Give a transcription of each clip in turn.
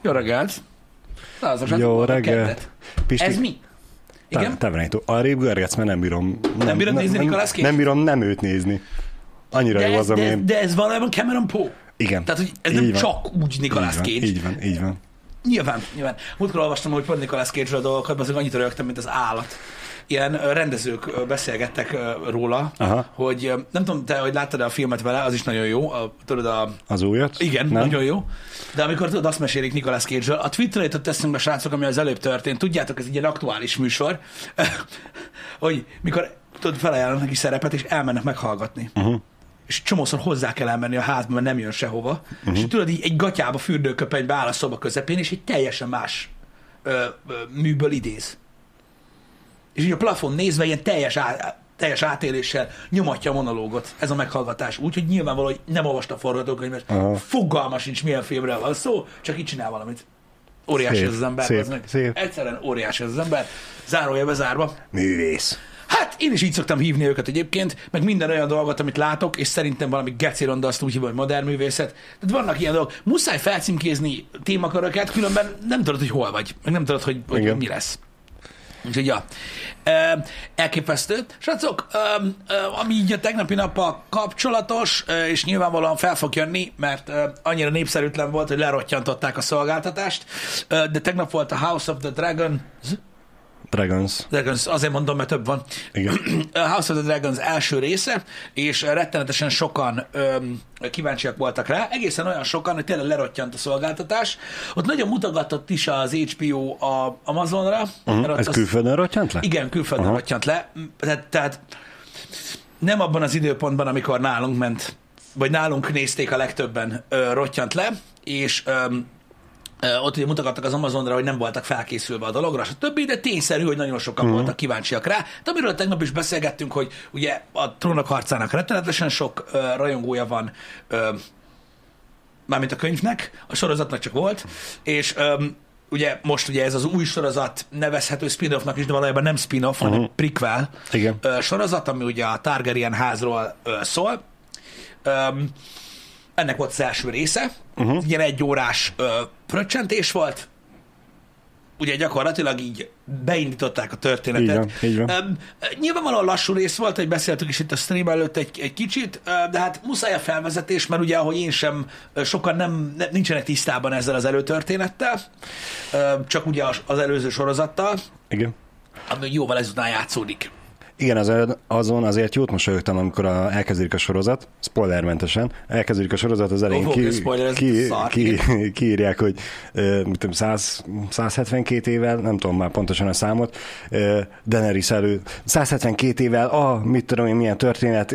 Jó reggelt! Jó reggelt! Pisti, ez mi? Igen? Tavernator. Arrébb görgetsz, mert nem bírom. Nem bírod nézni Nicolas Cage? Nem bírom nem őt nézni. Annyira jó az, amilyen... De ez valójában Cameron Poe. Igen. Tehát, hogy ez nem csak úgy Nicolas Cage. Így van. Nyilván. Múltkor olvastam, hogy pont Nicolas Cage-ről dolgokat, azért annyit rögtem, mint az állat. Ilyen rendezők beszélgettek róla, hogy nem tudom, te, hogy láttad a filmet vele, az is nagyon jó. Az újat? Igen, nem? Nagyon jó. De amikor tudod, azt mesélik Nicolas Cage-ről, a Twitterre jutott eszünkbe, srácok, ami az előbb történt, tudjátok, ez egy ilyen aktuális műsor, hogy mikor tudod, felajánlanak neki szerepet, és elmennek meghallgatni. És csomószor hozzá kell elmenni a házba, mert nem jön sehova. És tudod, így egy gatyába, fürdőköpenybe áll a szoba közepén, és egy teljesen más műből idéz. És így a plafon nézve ilyen teljes átéléssel nyomatja a monológot ez a meghallgatás. Úgyhogy nyilvánvaló, hogy nem olvasta a forgatókönyvet, fogalma sincs, milyen filmről van szó, csak így csinál valamit. Óriási ez az ember. Szép. Egyszerűen óriási ez az ember. Zárója bezárva. Művész. Hát én is így szoktam hívni őket egyébként, meg minden olyan dolgot, amit látok, és szerintem valami geci ronda, azt úgy hívom, hogy modern művészet. Tehát vannak ilyen dolgok. Muszáj felcímkézni témaköröket, különben nem tudod, hogy hol vagy, meg nem tudod, hogy mi lesz. Úgyhogy ja, elképesztő. Srácok, ami így a tegnapi nappal kapcsolatos, és nyilvánvalóan fel fog jönni, mert annyira népszerűtlen volt, hogy lerottyantatták a szolgáltatást, de tegnap volt a House of the Dragons, azért mondom, mert több van. Igen. House of the Dragons első része, és rettenetesen sokan kíváncsiak voltak rá, egészen olyan sokan, hogy tényleg lerottyant a szolgáltatás. Ott nagyon mutogatott is az HBO a Amazonra. Ez külföldön rottyant le? Igen, külföldön rottyant le. Tehát nem abban az időpontban, amikor nálunk ment, vagy nálunk nézték a legtöbben, rottyant le, és ott ugye mutogattak az Amazonra, hogy nem voltak felkészülve a dologra, stb., de tényszerű, hogy nagyon sokan voltak kíváncsiak rá. De amiről tegnap is beszélgettünk, hogy ugye a Trónok harcának rettenetesen sok rajongója van, mármint a könyvnek, a sorozatnak csak volt, és ugye most ugye ez az új sorozat nevezhető spin-offnak is, de valójában nem spin-off, hanem prequel sorozat, ami ugye a Targaryen házról szól. Ennek volt az első része, ilyen 1 órás fröccsentés volt, ugye gyakorlatilag így beindították a történetet. Így van. Nyilvánvalóan lassú rész volt, hogy beszéltük is itt a stream előtt egy kicsit, de hát muszáj a felvezetés, mert ugye ahogy én sem, sokan nincsenek tisztában ezzel az előtörténettel, csak ugye az előző sorozattal, Igen. ami jóval ezután játszódik. Igen, azon azért jót mosolyogtam, amikor elkezdődik a sorozat, spoilermentesen, elkezdődik a sorozat, az elején kiírják, hogy 172 évvel, nem tudom már pontosan a számot, Daenerys 172 évvel, mit tudom én, milyen történet,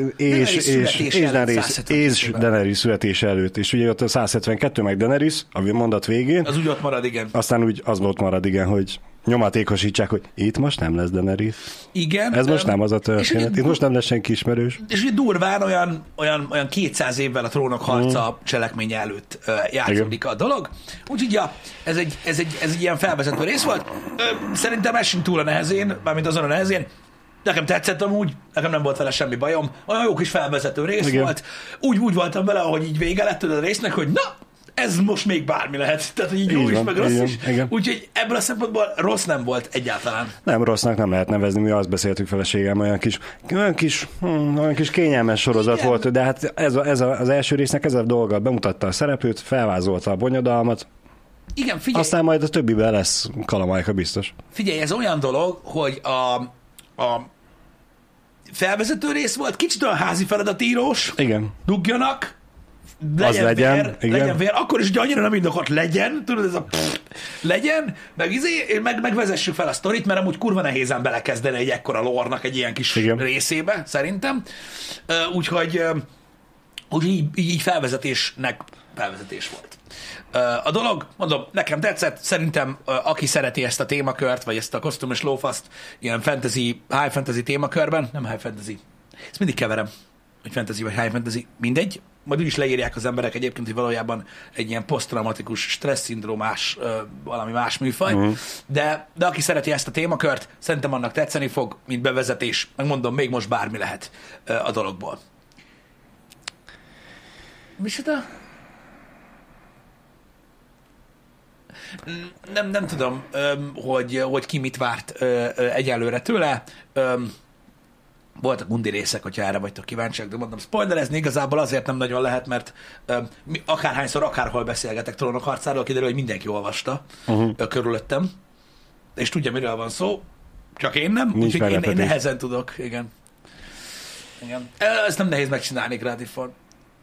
és Daenerys születése előtt, és ugye ott a 172 meg Daenerys, a mondat végén. Az úgy ott marad, igen. Aztán úgy az ott marad, igen, hogy nyomatékosítsák, hogy itt most nem lesz Daenerys. Igen. Ez most nem az a történet. Itt most nem lesz senki ismerős. És ugye durván olyan 200 évvel a Trónok harca cselekménye előtt játszódik a dolog. Úgyhogy ja, ez egy ilyen felvezető rész volt. Szerintem esünk túl a nehezén, mármint azon a nehezén. Nekem tetszett amúgy, nekem nem volt vele semmi bajom. Olyan jó kis felvezető rész volt. Úgy voltam vele, ahogy így vége lett a résznek, hogy na, ez most még bármi lehet. Tehát, hogy így jó is, meg rossz is. Úgyhogy ebből a szempontból rossz nem volt egyáltalán. Nem, rossznak nem lehet nevezni, mi azt beszéltük feleségem, olyan kis kényelmes sorozat volt, de hát ez az első résznek ez a dolga, bemutatta a szereplőt, felvázolta a bonyodalmat. Igen, figyelj. Aztán majd a többiben lesz kalamajka biztos. Figyelj, ez olyan dolog, hogy a felvezető rész volt, kicsit olyan házi feladatírós. Igen. Dugjanak, legyen vér, akkor is, hogy annyira nem indokolt, legyen, tudod, ez a legyen, meg vezessük fel a sztorit, mert amúgy kurva nehézen belekezdeni egy ekkora lore-nak egy ilyen kis részébe, szerintem. Úgyhogy így felvezetés volt. A dolog, mondom, nekem tetszett, szerintem aki szereti ezt a témakört, vagy ezt a kosztümös lófaszt, ilyen fantasy, high fantasy témakörben, nem high fantasy, ezt mindig keverem, hogy fantasy vagy high fantasy, mindegy, majd úgy is leírják az emberek egyébként, hogy valójában egy ilyen posztraumatikus stressz-szindrómás, valami más műfaj, de aki szereti ezt a témakört, szerintem annak tetszeni fog, mint bevezetés, megmondom, még most bármi lehet a dologból. Micsoda? Nem tudom, hogy ki mit várt egyelőre tőle. Voltak undi részek, hogyha erre vagytok kíváncsiak, de mondom, spoilerezni igazából azért nem nagyon lehet, mert akárhányszor, akárhol beszélgetek Trónok harcáról, kiderül, hogy mindenki olvasta körülöttem, és tudja, miről van szó, csak én nem, úgyhogy én nehezen tudok, igen. Ezt nem nehéz megcsinálni Gradifon.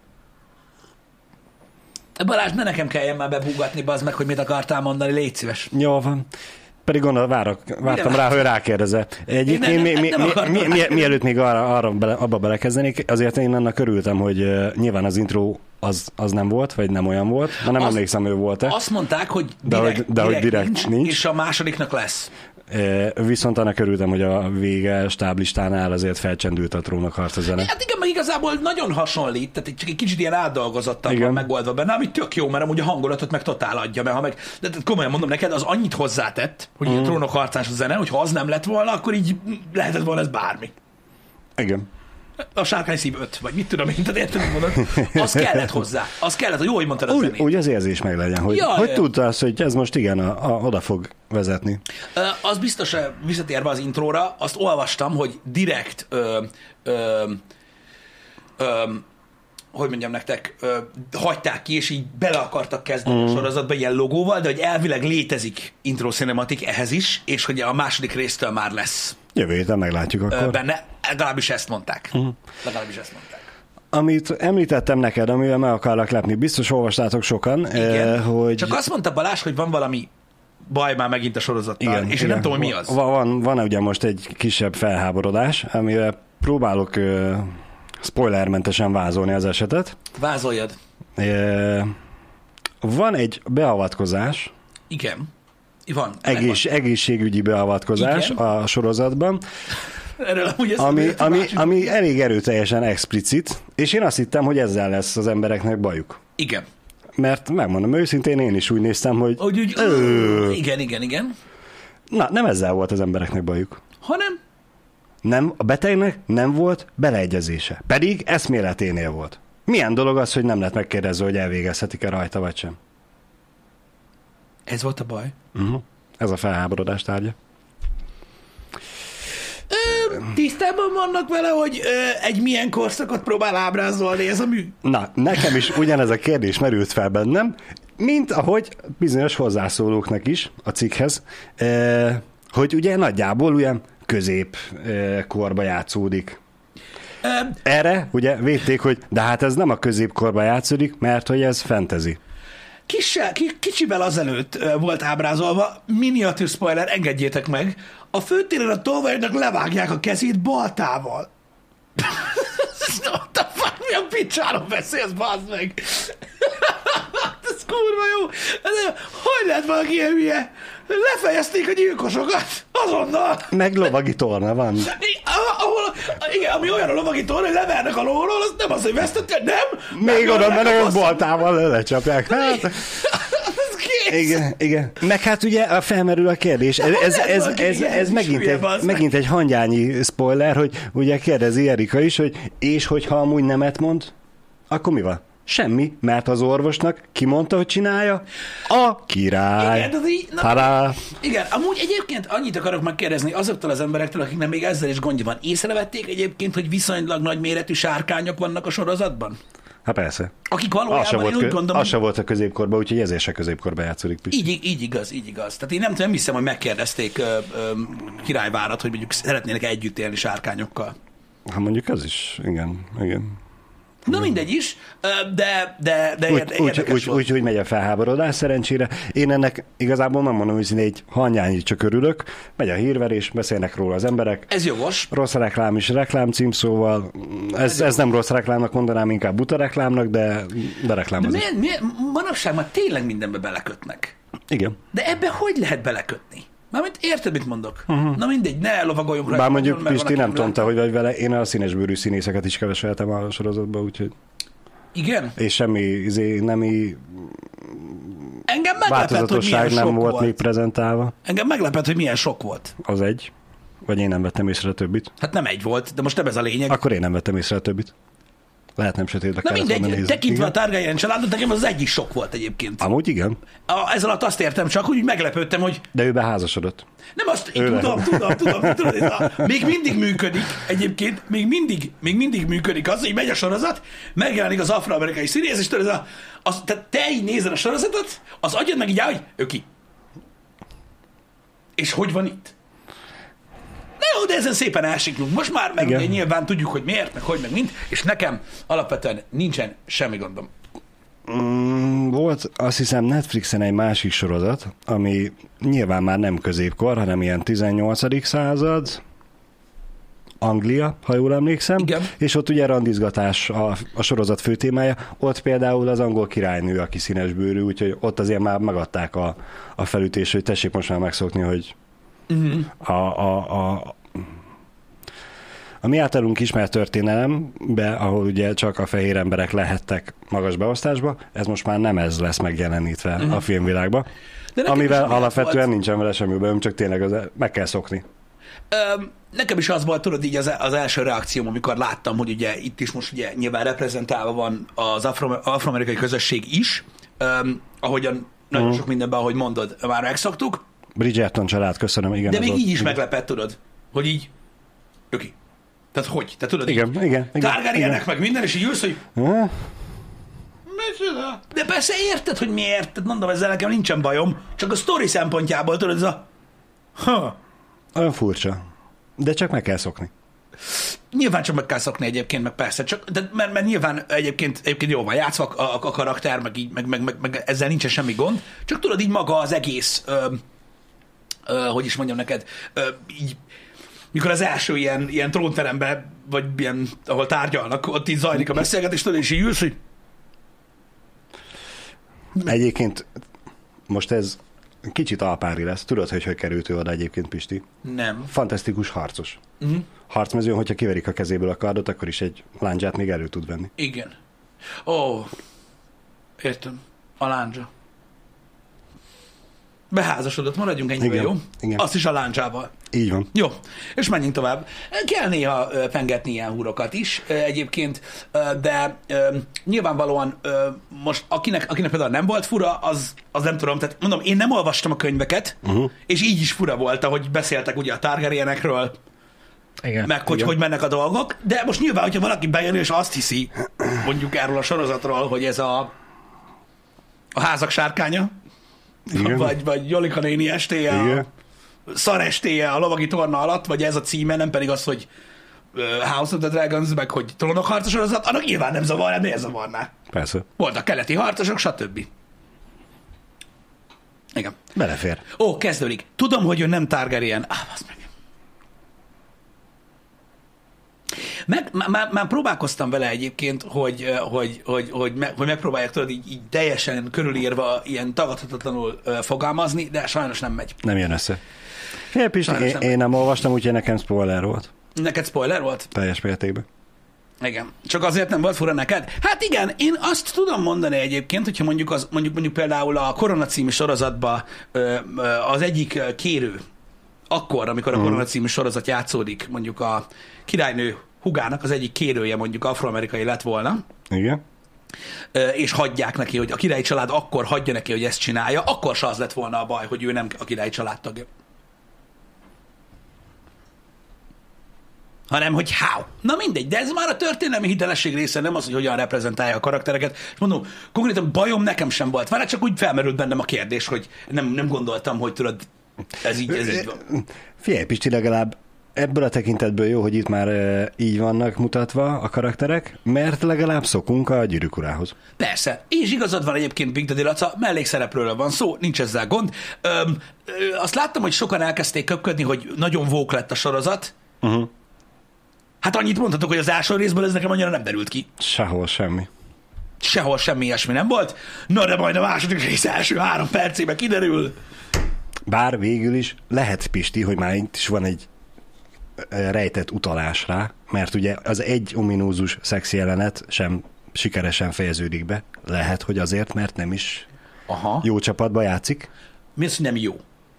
Balázs, ne nekem kelljen már bebúgatni, bazd meg, hogy mit akartál mondani, légy szíves. Jó van. Pedig vártam rá, hogy rákérdezze. Egyébként mielőtt még abba belekezdenék, azért én annak örültem, hogy nyilván az intro az nem volt, vagy nem olyan volt. Nem emlékszem, ő volt-e. Azt mondták, hogy direkt nincs, és a másodiknak lesz. Viszont annak örültem, hogy a vége stáblistánál azért felcsendült a Trónokharca zene. Hát igen, meg igazából nagyon hasonlít, tehát csak egy kicsit ilyen átdolgozottan van megoldva benne, ami tök jó, mert amúgy a hangulatot meg totál adja, mert ha meg, de komolyan mondom neked, az annyit hozzátett, hogy a Trónokharcás a zene, hogy ha az nem lett volna, akkor így lehetett volna ez bármi. Igen. A Sárkány szív 5, vagy mit tudom én, tehát érted, hogy mondod, az kellett hozzá. Az kellett, hogy jó, hogy mondtad a zenét. Úgy az érzés meg legyen, hogy tudta azt, hogy ez most igen, oda fog vezetni. Az biztos, visszatérve az intróra, azt olvastam, hogy direkt hogy mondjam nektek, hagyták ki, és így bele akartak kezdeni a sorozatba ilyen logóval, de hogy elvileg létezik intro cinematic ehhez is, és hogy a második résztől már lesz. Jövő héten meglátjuk akkor. Benne, legalábbis ezt mondták. Amit említettem neked, amivel meg akarlak lepni, biztos olvastátok sokan, hogy... Csak azt mondta Balázs, hogy van valami baj már megint a sorozattal, igen, és én nem tudom, hogy mi az. Van ugye most egy kisebb felháborodás, amire próbálok spoilermentesen vázolni az esetet. Vázoljad. Van egy beavatkozás. Igen. Van. Egészségügyi beavatkozás igen. A sorozatban. Erről ami elég erőteljesen explicit, és én azt hittem, hogy ezzel lesz az embereknek bajuk. Igen. Mert megmondom őszintén, én is úgy néztem, hogy... Igen. Na, nem ezzel volt az embereknek bajuk. Hanem? Nem, a betegnek nem volt beleegyezése. Pedig eszméleténél volt. Milyen dolog az, hogy nem lett megkérdezve, hogy elvégezhetik-e rajta, vagy sem? Ez volt a baj? Ez a felháborodás tárgya. Tisztában vannak vele, hogy egy milyen korszakot próbál ábrázolni ez a mű? Na, nekem is ugyanez a kérdés merült fel bennem, mint ahogy bizonyos hozzászólóknak is a cikkhez, hogy ugye nagyjából olyan középkorba játszódik. Erre ugye védték, hogy de hát ez nem a középkorba játszódik, mert hogy ez fantasy. Kicsivel azelőtt volt ábrázolva, miniatűr spoiler, engedjétek meg, a főtéren a tolvajnak levágják a kezét baltával. What the fuck, mi a picsáról beszélsz, bazd meg? Ez kurva jó. Hogy lehet valaki ilyen hülye? Lefejezték a gyilkosokat azonnal. Meg lovagi torna van. Igen, ami olyan a lovagi torna, hogy levernek a lóról, az nem az, hogy vesztettél, nem? Még oda menő baltával lecsapják. Hát. Igen. Meg hát ugye felmerül a kérdés. Ez megint egy hangyányi spoiler, hogy ugye kérdezi Erika is, hogy és hogyha amúgy nemet mond, akkor mi van? Semmi, mert az orvosnak kimondta, hogy csinálja? A király. Igen, amúgy egyébként annyit akarok megkérdezni azoktól az emberektől, akiknek még ezzel is gondja van. Észrevették egyébként, hogy viszonylag nagyméretű sárkányok vannak a sorozatban? Hát persze. Akik valójában, én úgy gondolom... Az se volt a középkorban, úgyhogy ezért se középkorban játszódik. Így igaz. Tehát én nem hiszem, hogy megkérdezték Királyvárat, hogy mondjuk szeretnének együtt élni sárkányokkal. Hát mondjuk ez is, igen. Na mindegy is, de érdekes volt. Úgy megy a felháborodás szerencsére. Én ennek igazából nem mondom, hogy egy hanyányi, csak örülök. Megy a hírverés, beszélnek róla az emberek. Ez jogos. Rossz reklám is reklám címszóval. Ez nem rossz reklámnak mondanám, inkább buta reklámnak, de reklámozik. De miért manapság már tényleg mindenbe belekötnek? Igen. De ebbe hogy lehet belekötni? Mármint érted, mit mondok? Na mindegy, ne lovagoljunk rá. Bár mondjuk Pisti nem tudta, hogy vagy vele, én a színesbőrű színészeket is keveseltem a sorozatban, úgyhogy... Igen? És semmi nemi engem meglepett, hogy milyen nem sok volt még prezentálva. Engem meglepett, hogy milyen sok volt. Az egy. Vagy én nem vettem észre a többit. Hát nem egy volt, de most nem ez a lényeg. Akkor én nem vettem észre a többit. Lehet nem sötétbe Na kellett volna mindegy, nézni. tekintve Igen? a Targaryen családot, nekem az egyik sok volt egyébként. Amúgy igen, Ez alatt azt értem csak, hogy úgy meglepődtem, hogy de ő beházasodott. nem azt, Ő tudom, még mindig működik egyébként, még mindig működik az, hogy megy a sorozat, megjelenik az afroamerikai színész, és tudod, tehát te így nézed a sorozatot, az agyad meg így áll, hogy ő ki. És hogy van itt? Na jó, de ezen szépen elsiklunk most már, mert ugye nyilván tudjuk, hogy miért, meg hogy, meg mind, és nekem alapvetően nincsen semmi gondom. Volt azt hiszem Netflixen egy másik sorozat, ami nyilván már nem középkor, hanem ilyen 18. század, Anglia, ha jól emlékszem, Igen. És ott ugye randizgatás a sorozat fő témája. Ott például az angol királynő, aki színesbőrű, úgyhogy ott azért már megadták a felütést, hogy tessék most már megszokni, hogy a mi általunk ismert történelembe, ahol ugye csak a fehér emberek lehettek magas beosztásba, ez most már nem ez lesz megjelenítve a filmvilágban, amivel alapvetően nincsen vele semmi bajom, csak tényleg meg kell szokni. Nekem is az volt, tudod, így az első reakcióm, amikor láttam, hogy ugye itt is most ugye nyilván reprezentálva van az afroamerikai közösség is, ahogyan nagyon sok mindenben, ahogy mondod, már megszoktuk. Bridgerton család, köszönöm, igen. De még így is meglepett, tudod, hogy így, oké. Tehát hogy? Te tudod, igen. Targaryenek meg minden, és így ülsz, hogy de persze érted, hogy miért, tehát mondom, ezzel nekem nincsen bajom, csak a sztori szempontjából, tudod, ez a olyan furcsa, de csak meg kell szokni. Nyilván csak meg kell szokni egyébként, meg persze, csak, de, mert nyilván egyébként jól van játszva a karakter, meg, így, meg ezzel nincsen semmi gond, csak tudod, így maga az egész, hogy is mondjam neked, így, mikor az első ilyen trónteremben, vagy ilyen, ahol tárgyalnak, ott így zajlik a beszélgetés, tudod, és így ülsz, hogy... Egyébként most ez kicsit alpári lesz. Tudod, hogy került ő oda egyébként, Pisti? Nem. Fantasztikus harcos. Harcmezőn, hogyha kiverik a kezéből a kardot, akkor is egy lándzsát még elő tud venni. Igen. Értem. A lándzsa. Beházasodott, maradjunk ennyire, igen, jó? Igen. Azt is a lándzsával. Így van. Jó, és menjünk tovább. Kell néha pengetni ilyen húrokat is egyébként, de nyilvánvalóan most akinek például nem volt fura, az nem tudom, tehát mondom, én nem olvastam a könyveket, és így is fura volt, ahogy beszéltek ugye a Targaryenekről, igen, meg hogy mennek a dolgok, de most nyilván, hogyha valaki bejön és azt hiszi, mondjuk erről a sorozatról, hogy ez a házak sárkánya, vagy Jolika néni estéje, szar estéje a lovagi torna alatt, vagy ez a címe, nem pedig az, hogy House of the Dragons, meg hogy Trónok harca sorozat, annak nyilván nem zavar, miért zavarná? Persze. Voltak keleti harcosok, stb. Igen. Belefér. Kezdődik. Tudom, hogy ő nem Targaryen. Basz meg. Már próbálkoztam vele egyébként, hogy megpróbálják tudod így teljesen körülírva ilyen tagadhatatlanul fogalmazni, de sajnos nem megy. Nem jön össze. Pisti, én nem olvastam, úgyhogy nekem spoiler volt. Neked spoiler volt? Teljes mértékben. Igen. Csak azért nem volt fura neked? Hát igen, én azt tudom mondani egyébként, hogyha mondjuk például a Korona című sorozatban az egyik kérő, akkor, amikor a Korona című sorozat játszódik, mondjuk a királynő húgának az egyik kérője mondjuk afroamerikai lett volna, igen, és hagyják neki, hogy a királyi család akkor hagyja neki, hogy ezt csinálja, akkor se az lett volna a baj, hogy ő nem a királyi családtagja. Hanem, hogy how. Na mindegy, de ez már a történelmi hitelesség része, nem az, hogy hogyan reprezentálja a karaktereket. És mondom, konkrétan bajom nekem sem volt. Már csak úgy felmerült bennem a kérdés, hogy nem gondoltam, hogy tudod, ez így van. Figyelj, Pisti, legalább ebből a tekintetből jó, hogy itt már így vannak mutatva a karakterek, mert legalább szokunk a Gyűrűk Urához. Persze, és igazad van egyébként Big Daddy Laca, mellékszereplőről van szó, nincs ezzel gond. Azt láttam, hogy sokan elkezdték köpködni, hogy nagyon vók lett a sorozat. Hát annyit mondhatok, hogy az első részből ez nekem annyira nem derült ki. Sehol semmi. Sehol semmi ilyesmi nem volt. Na de majd a második rész első 3 percében kiderül. Bár végül is lehet, Pisti, hogy már itt is van egy rejtett utalás rá, mert ugye az egy ominózus szexi jelenet sem sikeresen fejeződik be. Lehet, hogy azért, mert nem is jó csapatba játszik. Mi az, hogy nem jó?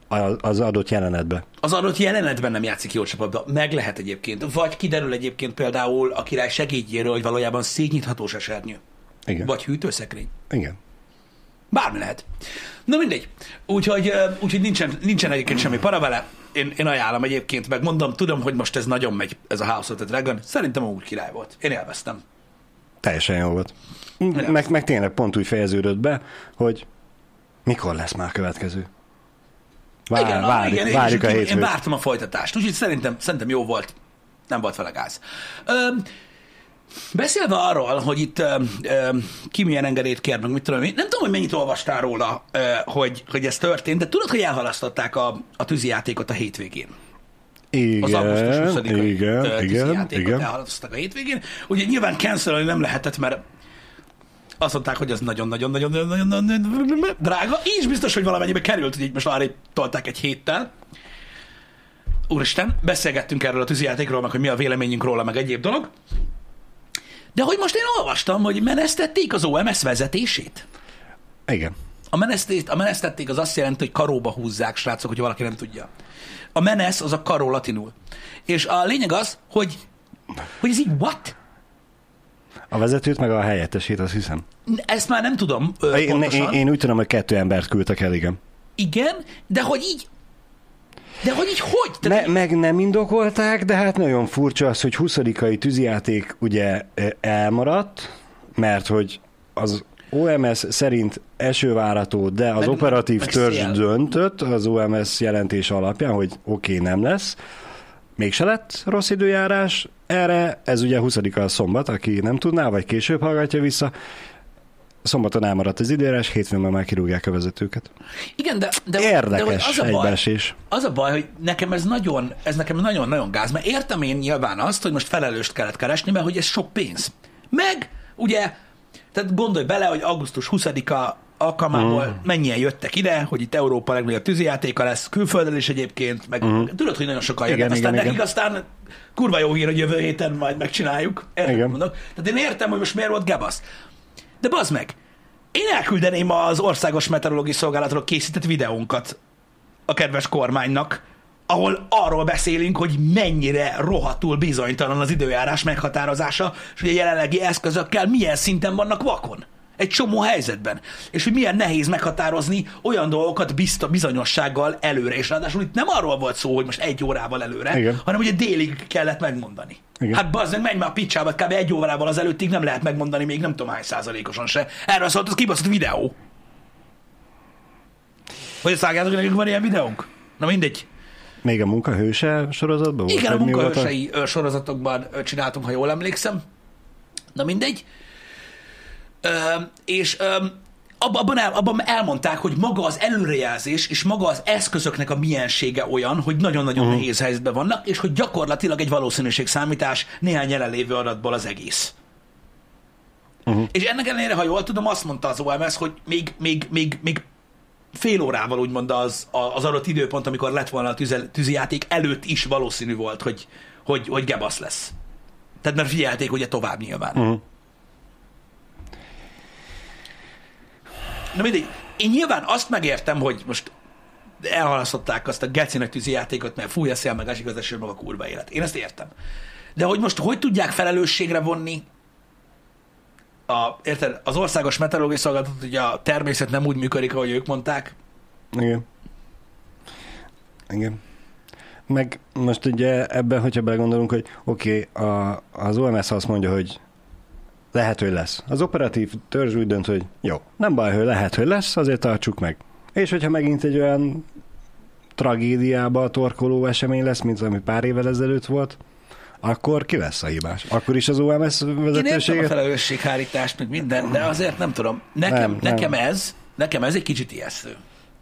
Az adott jelenetben. Az adott jelenetben nem játszik jó csapatba. Meg lehet egyébként. Vagy kiderül egyébként például a király segédjéről, hogy valójában szétnyithatós esernyő. Igen. Vagy hűtőszekrény. Igen. Bármi lehet. Na mindegy. Úgyhogy nincsen egyébként semmi para vele. Én ajánlom egyébként, meg mondom, tudom, hogy most ez nagyon megy, ez a House of the Dragon. Szerintem úgy király volt. Én élveztem. Teljesen jó volt. Meg tényleg pont úgy fejeződött be, hogy mikor lesz már következő. Várjuk a hétfőt. Én vártam a folytatást, úgyhogy szerintem jó volt. Nem volt vele gáz. Beszélve arról, hogy itt ki milyen engedélyt kér, meg mit tudom, nem tudom, hogy mennyit olvastál róla, hogy ez történt, de tudod, hogy elhalasztották a tűzijátékot a hétvégén. Igen, az augusztus 20-ai tűzijátékot igen. elhalasztották a hétvégén. Ugye nyilván cancelolni nem lehetett, mert azt mondták, hogy ez nagyon-nagyon drága. Így is biztos, hogy valamennyibe került, hogy így most arra tolták egy héttel. Úristen, beszélgettünk erről a tűzijátékról, meg hogy mi a véleményünk róla, meg egyéb dolog. De hogy most én olvastam, hogy menesztették az OMS vezetését. Igen. A menesztették az azt jelenti, hogy karóba húzzák, srácok, hogyha valaki nem tudja. A menesz az a karó latinul. És a lényeg az, hogy ez így what? A vezetőt meg a helyettesét, azt hiszem. Ezt már nem tudom pontosan. Én úgy tudom, hogy 2 embert küldtek el, igen. Igen, de hogy így hogy? Meg nem indokolták, de hát nagyon furcsa az, hogy 20-ai tűzijáték ugye elmaradt, mert hogy az OMS szerint esővárható, de az operatív törzs döntött az OMS jelentés alapján, hogy oké, nem lesz. Mégse lett rossz időjárás. Erre ez ugye 20-a szombat, aki nem tudná, vagy később hallgatja vissza. Szombaton elmaradt az időjárás, hétfőn már kirúgják a vezetőket. Igen, de érdekes de egybeesés. Az a baj, hogy nekem ez nagyon gáz, mert értem én nyilván azt, hogy most felelőst kellett keresni, mert hogy ez sok pénz. Meg, ugye, tehát gondolj bele, hogy augusztus 20-a alkalmából mennyien jöttek ide, hogy itt Európa legnagyobb tűzijátéka lesz, külföldön is egyébként, meg tudod, hogy nagyon sokan jönnek, aztán nekik aztán kurva jó hír, hogy jövő héten majd megcsináljuk. Mondok. Tehát én értem, hogy most miért volt gebasz. De bazd meg, én elküldeném az Országos Meteorológiai Szolgálatról készített videónkat a kedves kormánynak, ahol arról beszélünk, hogy mennyire rohadtul bizonytalan az időjárás meghatározása, és hogy a jelenlegi eszközökkel milyen szinten vannak vakon. Egy csomó helyzetben. És hogy milyen nehéz meghatározni olyan dolgokat bizonyossággal előre. És ráadásul itt nem arról volt szó, hogy most 1 órával előre, igen, hanem ugye délig kellett megmondani. Igen. Hát bazdmeg, menj már a picsába, kb. 1 órával az előttig nem lehet megmondani, még nem tudom hány százalékosan se. Erről szólt az kibaszott videó. Hogy szálljátok, hogy nekünk van ilyen videónk? Na mindegy. Még a Munkahőse sorozatban volt? Igen, a Munkahősei sorozatokban csináltunk, ha jól emlékszem. Na mindegy. És abban elmondták, hogy maga az előrejelzés és maga az eszközöknek a miensége olyan, hogy nagyon-nagyon nehéz helyzetben vannak, és hogy gyakorlatilag egy valószínűségszámítás néhány jelenlévő adatból az egész. És ennek ellenére, ha jól tudom, azt mondta az OMS, hogy még fél órával úgymond az adott időpont, amikor lett volna a tűzijáték előtt is valószínű volt, hogy gebasz lesz. Tehát mert figyelték ugye tovább nyilván. Na mindegy, én nyilván azt megértem, hogy most elhalasztották azt a gecinek tűzijátékot, mert fúj a szél, meg esik az eső, meg a kurva élet. Én ezt értem. De hogy most hogy tudják felelősségre vonni érted, az Országos Meteorológiai Szolgálatot, hogy a természet nem úgy működik, ahogy ők mondták? Igen. Meg most ugye ebben, hogyha belegondolunk, hogy oké, az OMS azt mondja, hogy lehet, hogy lesz. Az operatív törzs úgy dönt, hogy jó, nem baj, hogy lehet, hogy lesz, azért tartsuk meg. És hogyha megint egy olyan tragédiába torkoló esemény lesz, mint ami pár évvel ezelőtt volt, akkor ki lesz a hibás? Akkor is az OMS vezetősége? Én értem a felelősséghárítást, meg minden, de azért nem tudom. Nekem ez egy kicsit ijesztő.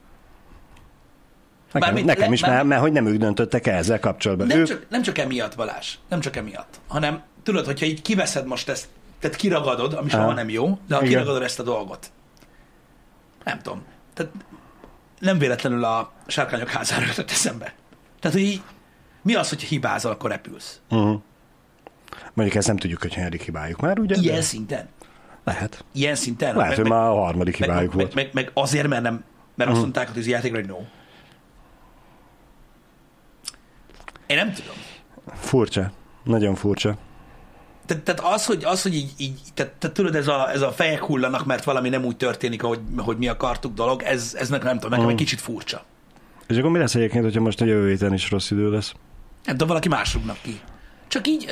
Nekem is, mert hogy nem ők döntöttek ezzel kapcsolatban. Nem csak emiatt, Balázs. Nem csak emiatt. Hanem tudod, hogyha így kiveszed most ezt, tehát kiragadod, ami soha nem jó, de ha kiragadod ezt a dolgot. Nem tudom. Tehát nem véletlenül a Sárkányok házára jutott eszembe. Tehát, hogy így, mi az, hogy hibázol, akkor repülsz? Mondjuk ezt nem tudjuk, hogy hanyadik hibájuk már, ugye? Ilyen szinten? Lehet. Ilyen szinten? Lehet, hogy már a 3. hibájuk volt. Meg azért, mert azt mondták a tűzijátékra, hogy no. Én nem tudom. Furcsa. Nagyon furcsa. Tehát az, hogy így tehát tudod, ez a fejek hullanak, mert valami nem úgy történik, ahogy mi akartuk dolog, ez nem tudom, nekem egy kicsit furcsa. És akkor mi lesz egyébként, hogyha most a jövő héten is rossz idő lesz? Nem tudom, valaki más rúgnak ki. Csak így...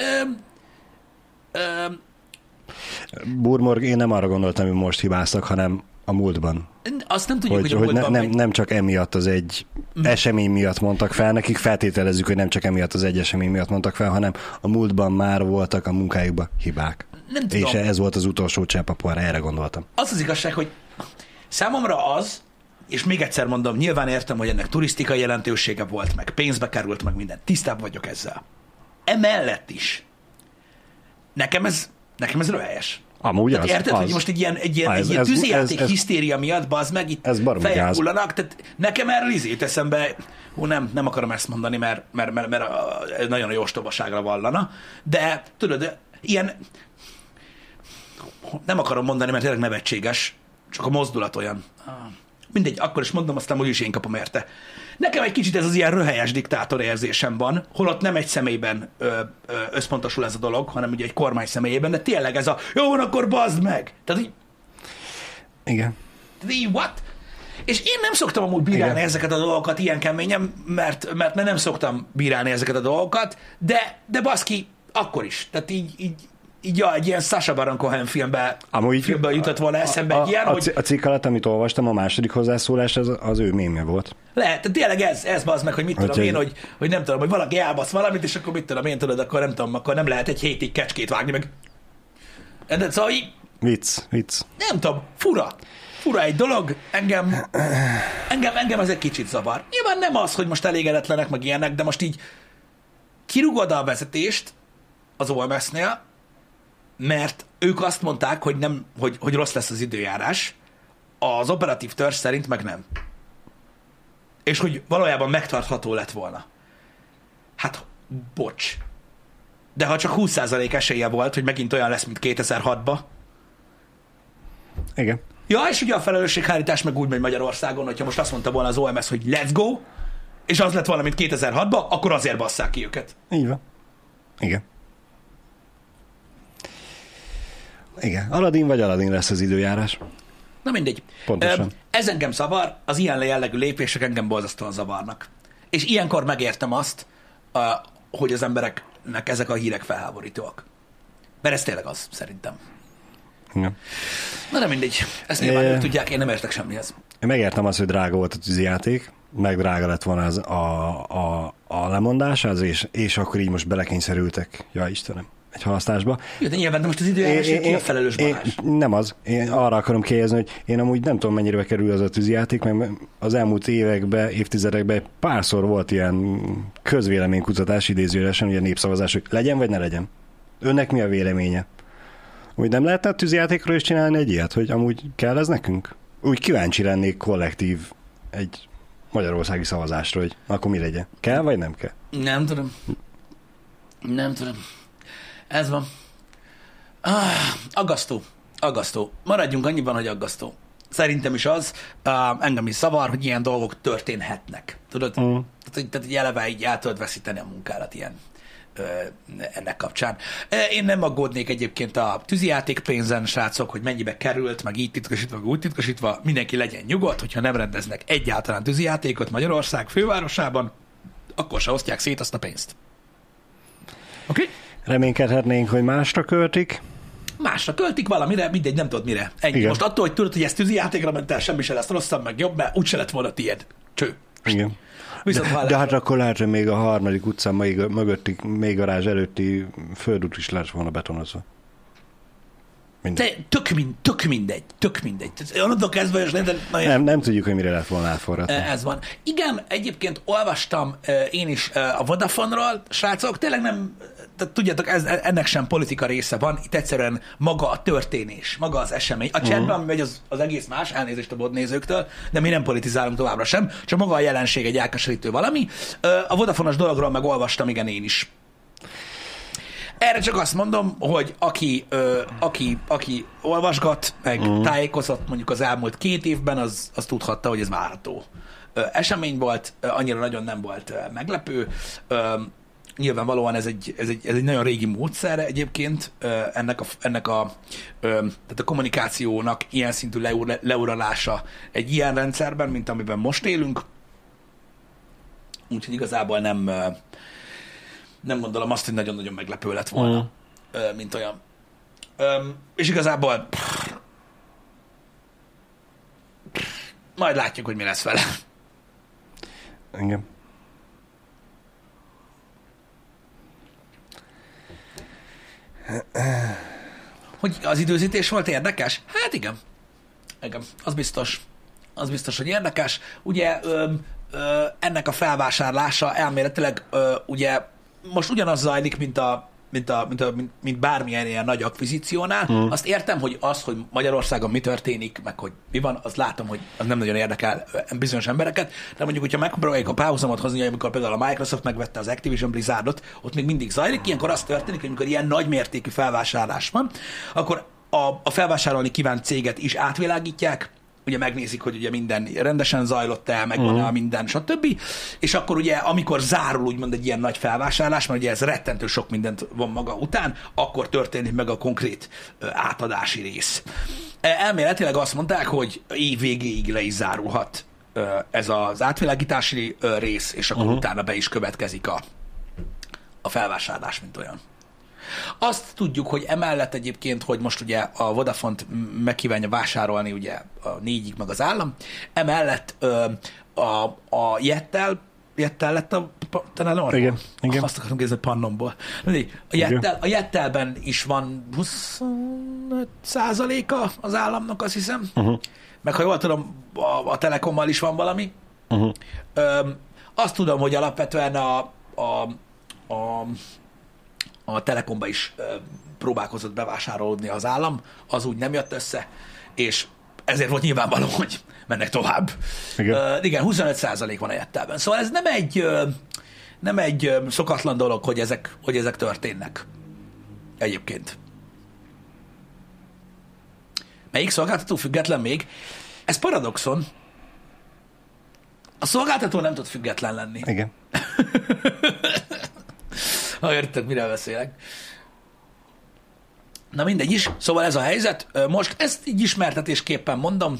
Burmorg, én nem arra gondoltam, hogy most hibáztak, hanem a múltban. Azt nem tudjuk, hogy a múltban... Nem csak emiatt az egy esemény miatt mondtak fel, nekik feltételezzük, hogy nem csak emiatt az egy esemény miatt mondtak fel, hanem a múltban már voltak a munkájukban hibák. Nem tudom. És ez volt az utolsó csepp a porra, erre gondoltam. Az igazság, hogy számomra az, és még egyszer mondom, nyilván értem, hogy ennek turisztikai jelentősége volt, meg pénzbe került, meg minden. Tisztában vagyok ezzel. Emellett is. Nekem ez röhelyes. Amúgy tehát érted, hogy most egy ilyen tűzijáték hisztéria miatt, bazd meg, itt fejek hullanak, tehát nekem erről izét eszembe, nem akarom ezt mondani, mert nagyon jó ostobaságra vallana, de tudod, ilyen, nem akarom mondani, mert tényleg nevetséges, csak a mozdulat olyan. Mindegy, akkor is mondom, aztán úgyis én kapom érte. Nekem egy kicsit ez az ilyen röhelyes diktátor érzésem van, holott nem egy személyben összpontosul ez a dolog, hanem ugye egy kormány személyében, de tényleg ez a jó van, akkor bazd meg! Tehát így... Igen. Tehát így, what? És én nem szoktam amúgy bírálni ezeket a dolgokat ilyen keményen, mert nem szoktam bírálni ezeket a dolgokat, de baszki, akkor is. Tehát így egy ilyen Sacha Baron Cohen filmben jutott volna eszembe egy ilyen, hogy... A cikk alatt, amit olvastam, a második hozzászólás, az ő mémje volt. Lehet, tehát tényleg ez bazd meg, hogy mit tudom én, hogy nem tudom, hogy valaki elbasz valamit, és akkor mit tudom én, tudod, akkor nem tudom, akkor nem lehet egy hétig kecskét vágni, meg... De szóval így... Vicc. Nem tudom, fura egy dolog, engem ez egy kicsit zavar. Nyilván nem az, hogy most elégedetlenek, meg ilyenek, de most így kirúgod a vezetést az OMS-nél, mert ők azt mondták, hogy rossz lesz az időjárás, az operatív törzs szerint meg nem. És hogy valójában megtartható lett volna. Hát, bocs. De ha csak 20% esélye volt, hogy megint olyan lesz, mint 2006-ban. Igen. Ja, és ugye a felelősséghárítás meg úgy megy Magyarországon, hogyha most azt mondta volna az OMS, hogy let's go, és az lett volna, mint 2006-ban, akkor azért basszák ki őket. Így van. Igen. Igen. Aladdin vagy Aladdin lesz az időjárás. Na mindegy. Pontosan. Ez engem zavar, az ilyen jellegű lépések engem borzasztóan zavarnak. És ilyenkor megértem azt, hogy az embereknek ezek a hírek felháborítóak. Mert ez tényleg az, szerintem. Igen. Na de mindegy. Ezt nyilván ők tudják, én nem értek semmihez. Én megértem azt, hogy drága volt a tűzijáték, meg drága lett volna az a lemondás, és akkor így most belekényszerültek. Ja, Istenem. Egy halasztásba. Jó, de nyilván, de most az időjárás ki a felelős Balázs? Nem az. Én arra akarom kérdezni, hogy én amúgy nem tudom, mennyire kerül az a tűzijáték, mert az elmúlt években, évtizedekben párszor volt ilyen közvéleménykutatás idézőjelesen, ugye népszavazás, hogy legyen vagy ne legyen. Önnek mi a véleménye? Úgy nem lehetne a tűzijátékról is csinálni egy ilyet, hogy amúgy kell ez nekünk? Úgy kíváncsi lennék kollektív egy magyarországi szavazásra, hogy akkor mi legyen. Kell vagy nem kell? Nem tudom. Ez van. Aggasztó. Maradjunk annyiban, hogy aggasztó. Szerintem is az, engem is zavar, hogy ilyen dolgok történhetnek. Tudod? Tehát így eleve így el tudod veszíteni a munkálat ilyen ennek kapcsán. Én nem aggódnék egyébként a tűzijáték pénzen, srácok, hogy mennyibe került, meg így titkosítva, meg úgy titkosítva, mindenki legyen nyugodt, hogyha nem rendeznek egyáltalán tűzijátékot Magyarország fővárosában, akkor se osztják szét azt a pénzt. Oké? Okay? Reménykedhetnénk, hogy másra költik. Másra költik valamire, mindegy, nem tudod mire. Ennyi. Igen. Most attól, hogy tudod, hogy ez tűzijátékra ment el, semmi se lesz rosszabb, meg jobb, mert úgyse lett volna tiéd. Cső. Igen. De hát akkor lehet, hogy még a harmadik utcán mögötti, még garázs előtti földút is lehet volna betonozva. De tök mindegy. Onnantól kezdve, és nem tudjuk, hogy mire lehet volna átforratni. Ez van. Igen, egyébként olvastam én is a Vodafone-ról, srácok, tényleg nem, tehát tudjátok, ennek sem politika része van, itt egyszerűen maga a történés, maga az esemény. A chatben, ami megy, az egész más, elnézést a bodnézőktől, de mi nem politizálunk továbbra sem, csak maga a jelenség egy elkeserítő valami. A Vodafone-os dologról meg olvastam, igen, én is. Erre csak azt mondom, hogy aki olvasgat, meg tájékozott mondjuk az elmúlt 2 évben, az tudhatta, hogy ez várható esemény volt, annyira nagyon nem volt meglepő. nyilvánvalóan ez egy nagyon régi módszer egyébként tehát a kommunikációnak ilyen szintű leuralása egy ilyen rendszerben, mint amiben most élünk. Úgyhogy igazából nem gondolom azt, hogy nagyon-nagyon meglepő lett volna, mint olyan. És igazából majd látjuk, hogy mi lesz vele. Engem. Hogy az időzítés volt érdekes? Hát igen. Igen, az biztos. Az biztos, hogy érdekes. Ugye ennek a felvásárlása elméletileg ugye most ugyanaz zajlik, mint bármilyen ilyen nagy akvizíciónál. Azt értem, hogy hogy Magyarországon mi történik, meg hogy mi van, azt látom, hogy az nem nagyon érdekel bizonyos embereket, de mondjuk, hogyha megpróbáljuk a párhuzamot hozni, amikor például a Microsoft megvette az Activision Blizzardot, ott még mindig zajlik, ilyenkor az történik, hogy amikor ilyen nagy mértékű felvásárlás van, akkor a felvásárolni kívánt céget is átvilágítják, ugye megnézik, hogy ugye minden rendesen zajlott el, megvan minden, stb. És akkor ugye, amikor zárul úgymond egy ilyen nagy felvásárlás, mert ugye ez rettentő sok mindent von maga után, akkor történik meg a konkrét átadási rész. Elméletileg azt mondták, hogy év végéig le is zárulhat ez az átvilágítási rész, és akkor utána be is következik a felvásárlás, mint olyan. Azt tudjuk, hogy emellett egyébként, hogy most ugye a Vodafont megkívánja vásárolni ugye a 4-ig meg az állam, emellett a Jettel lett talán arra? Igen. Azt akarom kérdezni, Pannomból. A Jettelben is van 25%-a az államnak, azt hiszem. Meg ha jól tudom, a Telekommal is van valami. Azt tudom, hogy alapvetően a Telekomba is próbálkozott bevásárolódni az állam, az úgy nem jött össze, és ezért volt nyilvánvaló, hogy mennek tovább. Igen, 25% van a Jettelben. Szóval ez nem egy szokatlan dolog, hogy ezek történnek egyébként. Melyik szolgáltató független még? Ez paradoxon. A szolgáltató nem tud független lenni. Igen. Ha érted, mire beszélek. Na mindegy is, szóval ez a helyzet. Most ezt így ismertetésképpen mondom,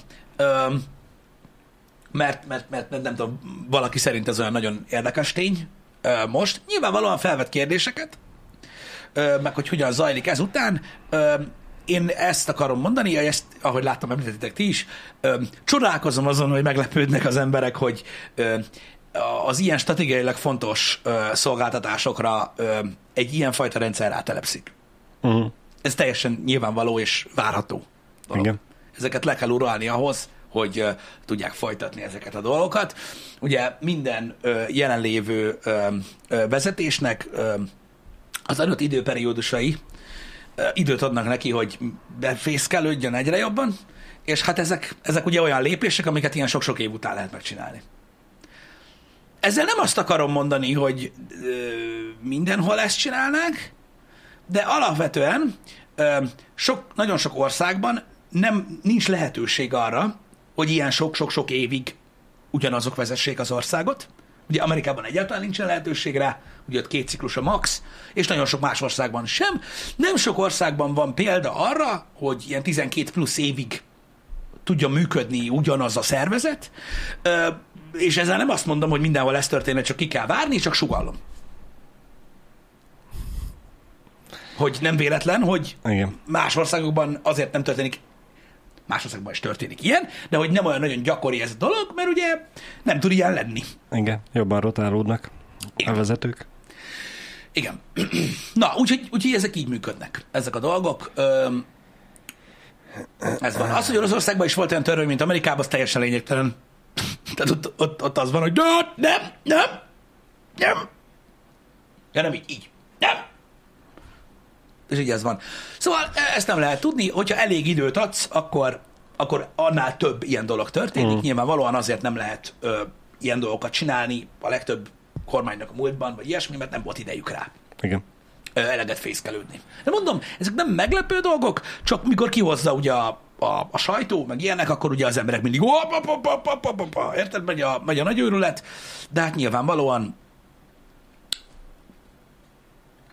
mert nem tudom, valaki szerint ez olyan nagyon érdekes tény most. Nyilvánvalóan felvet kérdéseket, meg hogy hogyan zajlik ezután. Én ezt akarom mondani, ezt, ahogy láttam, említettétek ti is, csodálkozom azon, hogy meglepődnek az emberek, hogy az ilyen stratégiailag fontos szolgáltatásokra egy ilyenfajta rendszer rátelepszik. Ez teljesen nyilvánvaló és várható dolog. Igen. Ezeket le kell uralni ahhoz, hogy tudják folytatni ezeket a dolgokat. Ugye minden jelenlévő vezetésnek az adott időperiódusai időt adnak neki, hogy befészkelődjön egyre jobban, és hát ezek ugye olyan lépések, amiket ilyen sok-sok év után lehet megcsinálni. Ezzel nem azt akarom mondani, hogy mindenhol ezt csinálnák, de alapvetően nagyon sok országban nincs lehetőség arra, hogy ilyen sok-sok évig ugyanazok vezessék az országot. Ugye Amerikában egyáltalán nincsen lehetőség rá, ugye ott 2 ciklus a max, és nagyon sok más országban sem. Nem sok országban van példa arra, hogy ilyen 12 plusz évig tudja működni ugyanaz a szervezet, és ezzel nem azt mondom, hogy mindenhol ez történne, csak ki kell várni, csak sugallom. Hogy nem véletlen, hogy igen, más országokban azért nem történik, más országban is történik ilyen, de hogy nem olyan nagyon gyakori ez a dolog, mert ugye nem tud ilyen lenni. Igen, jobban rotálódnak a vezetők. Igen. Na, úgyhogy ezek így működnek, ezek a dolgok. Ez van. Az, hogy Oroszországban is volt olyan törvény, mint Amerikában, az teljesen lényegtelen. Tehát ott az van, hogy nem. Ja, nem így. Nem. És így ez van. Szóval ezt nem lehet tudni, hogyha elég időt adsz, akkor annál több ilyen dolog történik. Nyilvánvalóan azért nem lehet ilyen dolgokat csinálni a legtöbb kormánynak a múltban, vagy ilyesmi, mert nem volt idejük rá. Igen. Eleget fészkelődni. De mondom, ezek nem meglepő dolgok, csak mikor kihozza ugye a sajtó, meg ilyenek, akkor ugye az emberek mindig érted, megy a nagy őrület, de hát nyilvánvalóan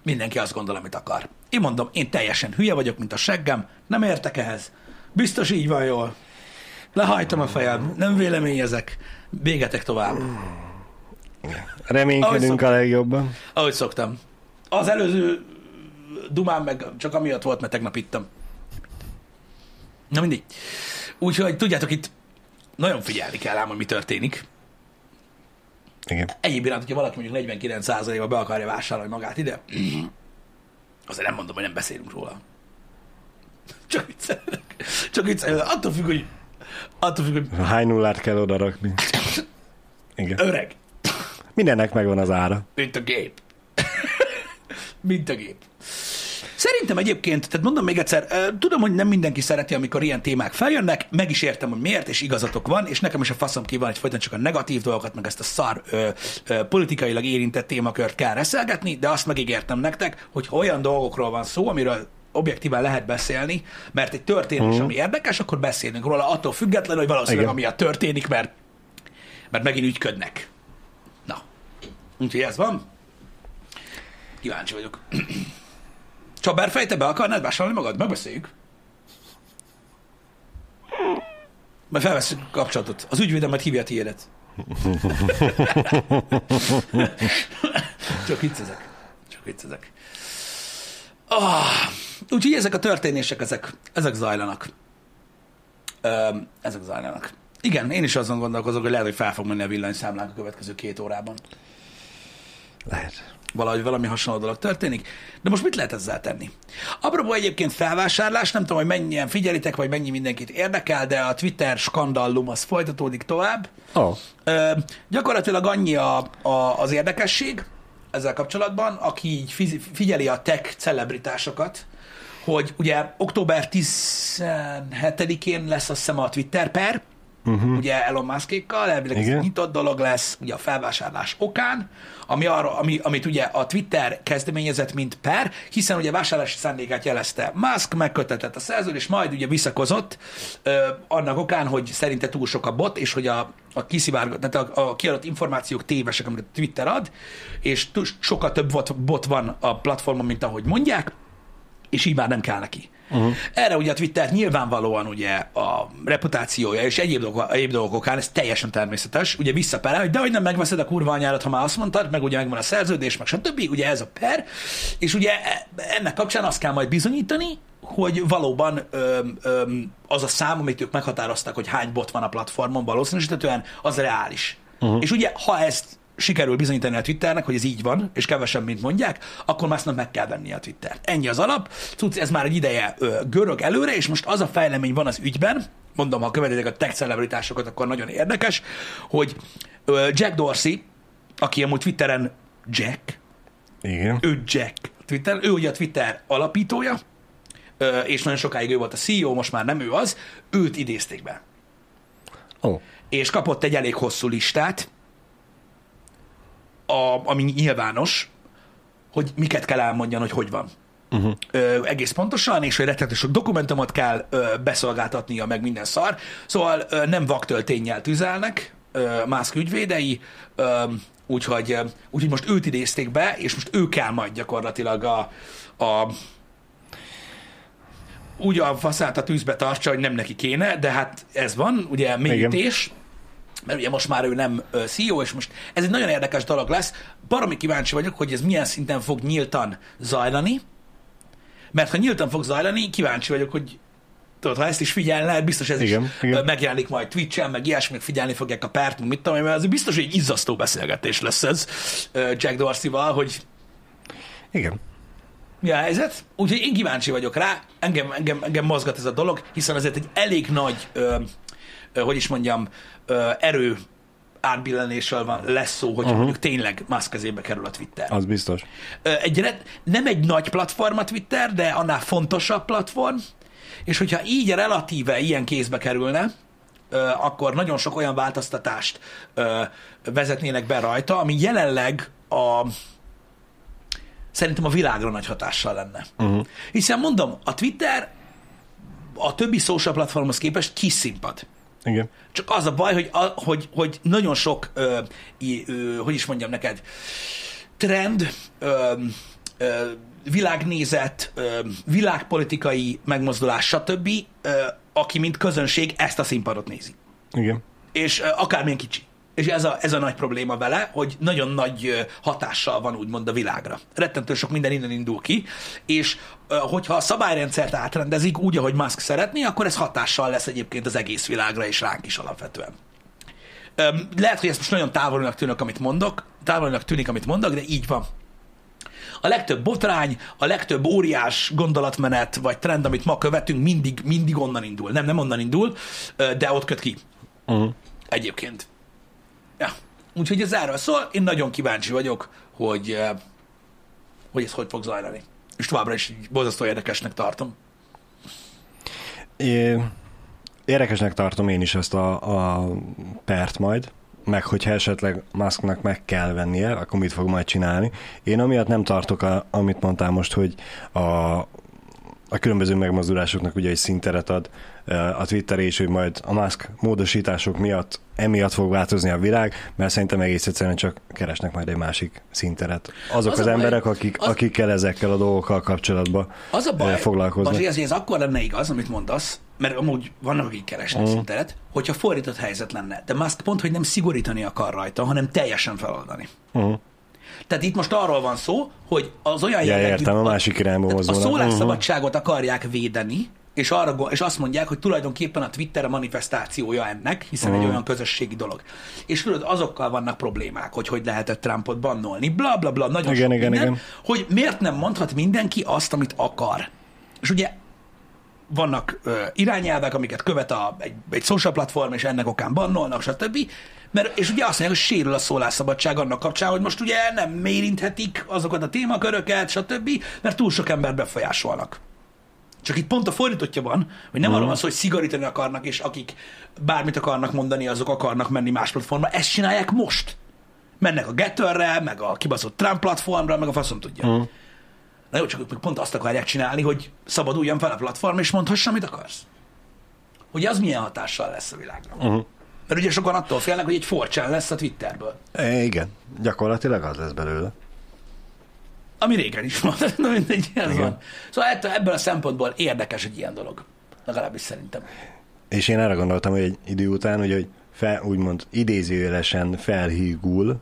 mindenki azt gondol, amit akar. Én mondom, én teljesen hülye vagyok, mint a seggem, nem értek ehhez. Biztos így van jól. Lehajtom a fejem, nem véleményezek. Végetek tovább. Reménykedünk a legjobban. Ahogy szoktam. Az előző dumám meg csak amiatt volt, mert tegnap ittam. Na mindig. Úgyhogy tudjátok, itt nagyon figyelni kell ám, hogy mi történik. Igen. Egyéb iránt, hogyha valaki mondjuk 49%-ba be akarja vásárolni magát ide, azért nem mondom, hogy nem beszélünk róla. Csak viccelek. Attól függ, hogy hány nullát kell odarakni. Igen. Öreg. Mindennek megvan az ára. Mint a gép. Mint a gép. Szerintem egyébként, tehát mondom még egyszer, tudom, hogy nem mindenki szereti, amikor ilyen témák feljönnek, meg is értem, hogy miért, és igazatok van, és nekem is a faszom ki van, hogy folyton csak a negatív dolgokat, meg ezt a szar politikailag érintett témakört kell reszelgetni, de azt megígértem nektek, hogy olyan dolgokról van szó, amiről objektíven lehet beszélni, mert egy történés, ami érdekes, akkor beszélünk róla, attól függetlenül, hogy valószínűleg amiatt történik, mert megint ügyködnek. Na, úgyhogy ez van. Kíváncsi vagyok. Csabár, fejte be akarnád vásárolni magad? Megbeszéljük. Majd felveszünk a kapcsolatot. Az ügyvédem majd hívja a tiédet. Csak viccezek. Úgyhogy ezek a történések, ezek zajlanak. Ezek zajlanak. Igen, én is azon gondolkozok, hogy lehet, hogy fel fog menni a villanyszámlánk a következő 2 órában. Lehet. Valahogy valami hasonló dolog történik. De most mit lehet ezzel tenni? Apropó egyébként felvásárlás, nem tudom, hogy mennyien figyelitek, vagy mennyi mindenkit érdekel, de a Twitter skandallum az folytatódik tovább. Gyakorlatilag annyi az érdekesség ezzel kapcsolatban, aki így figyeli a tech celebritásokat, hogy ugye október 17-én lesz azt hiszem a Twitter per, ugye Elon Muskékkal, elvileg ez nyitott dolog lesz, ugye a felvásárlás okán, amit ugye a Twitter kezdeményezett, mint per, hiszen ugye vásárlási szándékát jelezte Musk, megkötetett a szerződés, majd ugye visszakozott annak okán, hogy szerinte túl sok a bot, és hogy a kiadott információk tévesek, amit a Twitter ad, és sokkal több bot van a platformon, mint ahogy mondják, és így már nem kell neki. Erre ugye a Twitter nyilvánvalóan ugye a reputációja és egyéb dolgok okán, ez teljesen természetes, ugye visszaperel, hogy dehogy nem megveszed a kurva anyárat, ha már azt mondtad, meg ugye megvan a szerződés, meg stb., ugye ez a per, és ugye ennek kapcsán azt kell majd bizonyítani, hogy valóban az a szám, amit ők meghatároztak, hogy hány bot van a platformon valószínűsítetően, az reális. És ugye, ha ezt sikerül bizonyítani a Twitternek, hogy ez így van, és kevesebb, mint mondják, akkor másnap meg kell venni a Twittert. Ennyi az alap. Tudsz, ez már egy ideje görög előre, és most az a fejlemény van az ügyben, mondom, ha követitek a tech celebritásokat, akkor nagyon érdekes, hogy Jack Dorsey, aki amúgy Twitteren Jack, igen. Ő Jack Twitter, ő ugye a Twitter alapítója, és nagyon sokáig ő volt a CEO, most már nem ő az, őt idézték be. És kapott egy elég hosszú listát, ami nyilvános, hogy miket kell elmondjan, hogy van. Egész pontosan, és hogy rettenetes sok dokumentumot kell beszolgáltatnia, meg minden szar. Szóval nem vaktölténnyel tüzelnek Musk ügyvédei, úgyhogy most őt idézték be, és most ő kell majd gyakorlatilag úgy a faszát a tűzbe tartsa, hogy nem neki kéne, de hát ez van, ugye mélyítés, mert ugye most már ő nem CEO, és most ez egy nagyon érdekes dolog lesz. Baromi kíváncsi vagyok, hogy ez milyen szinten fog nyíltan zajlani, mert ha nyíltan fog zajlani, kíváncsi vagyok, hogy tudod, ha ezt is figyelne, biztos ez igen. Megjelenik majd Twitch-en, meg ilyesmi, figyelni fogják a párt, meg mit tudom, mert az biztos, hogy egy izzasztó beszélgetés lesz ez Jack Dorsey-val, hogy igen. Mi a helyzet? Úgyhogy én kíváncsi vagyok rá, engem mozgat ez a dolog, hiszen azért egy elég nagy erő átbillenésről lesz szó, hogyha mondjuk tényleg Musk kezébe kerül a Twitter. Az biztos. Nem egy nagy platform a Twitter, de annál fontosabb platform, és hogyha így relatíve ilyen kézbe kerülne, akkor nagyon sok olyan változtatást vezetnének be rajta, ami jelenleg szerintem a világra nagy hatással lenne. Hiszen mondom, a Twitter a többi social platformhoz képest kis színpad. Igen. Csak az a baj, hogy nagyon sok, hogy is mondjam neked, trend, világnézet, világpolitikai megmozdulás, stb., aki mint közönség ezt a színpadot nézi. Igen. És akármilyen kicsi. És ez a nagy probléma vele, hogy nagyon nagy hatással van úgymond a világra. Rettentő sok minden innen indul ki, és hogyha a szabályrendszert átrendezik úgy, ahogy Musk szeretné, akkor ez hatással lesz egyébként az egész világra, és ránk is alapvetően. Lehet, hogy ezt most nagyon távolinak tűnik, amit mondok, de így van. A legtöbb botrány, a legtöbb óriás gondolatmenet, vagy trend, amit ma követünk, mindig onnan indul. Nem onnan indul, de ott köt ki. Egyébként. Ja. Úgyhogy ez erről szól. Én nagyon kíváncsi vagyok, hogy ez hogy fog zajlani. És továbbra is borzasztó érdekesnek tartom. Érdekesnek tartom én is ezt a pert majd, meg hogyha esetleg Musknak meg kell vennie, akkor mit fog majd csinálni. Én amiatt nem tartok, amit mondtál most, hogy a különböző megmozdulásoknak ugye egy színteret ad a Twitter, és hogy majd a Musk módosítások miatt emiatt fog változni a világ, mert szerintem egész egyszerűen csak keresnek majd egy másik színteret. Azok az emberek, akikkel ezekkel a dolgokkal kapcsolatban foglalkoznak. Az ez akkor lenne igaz, amit mondasz, mert amúgy vannak, akik keresnek színteret, hogyha fordított helyzet lenne. De Musk pont, hogy nem szigorítani akar rajta, hanem teljesen feloldani. Tehát itt most arról van szó, hogy az olyan értem, a másik irányba a szólásszabadságot akarják védeni, és azt mondják, hogy tulajdonképpen a Twitter a manifestációja ennek, hiszen egy olyan közösségi dolog. És tudod, azokkal vannak problémák, hogy lehetett Trumpot bannolni, bla bla bla, nagyon sok minden, hogy miért nem mondhat mindenki azt, amit akar. És ugye vannak irányelvek, amiket követ egy social platform, és ennek okán bannolnak, stb. És ugye azt mondják, hogy sérül a szólásszabadság annak kapcsán, hogy most ugye nem érinthetik azokat a témaköröket, stb., mert túl sok embert befolyásolnak. Csak itt pont a fordítottja van, hogy nem arról van szó, hogy szigorítani akarnak, és akik bármit akarnak mondani, azok akarnak menni más platformra. Ezt csinálják most. Mennek a Getterre, meg a kibaszott Trump platformra, meg a faszom tudja. Na jó, csak ők pont azt akarják csinálni, hogy szabaduljon fel a platform, és mondhassa, amit akarsz. Hogy az milyen hatással lesz a világra. Mert ugye sokan attól félnek, hogy egy 4chan lesz a Twitterből. Igen, gyakorlatilag az lesz belőle. Ami régen is volt, na mindegy, ez van. Szóval ebből a szempontból érdekes egy ilyen dolog. Legalábbis szerintem. És én arra gondoltam, hogy egy idő után, hogy úgymond idézőjelesen felhígul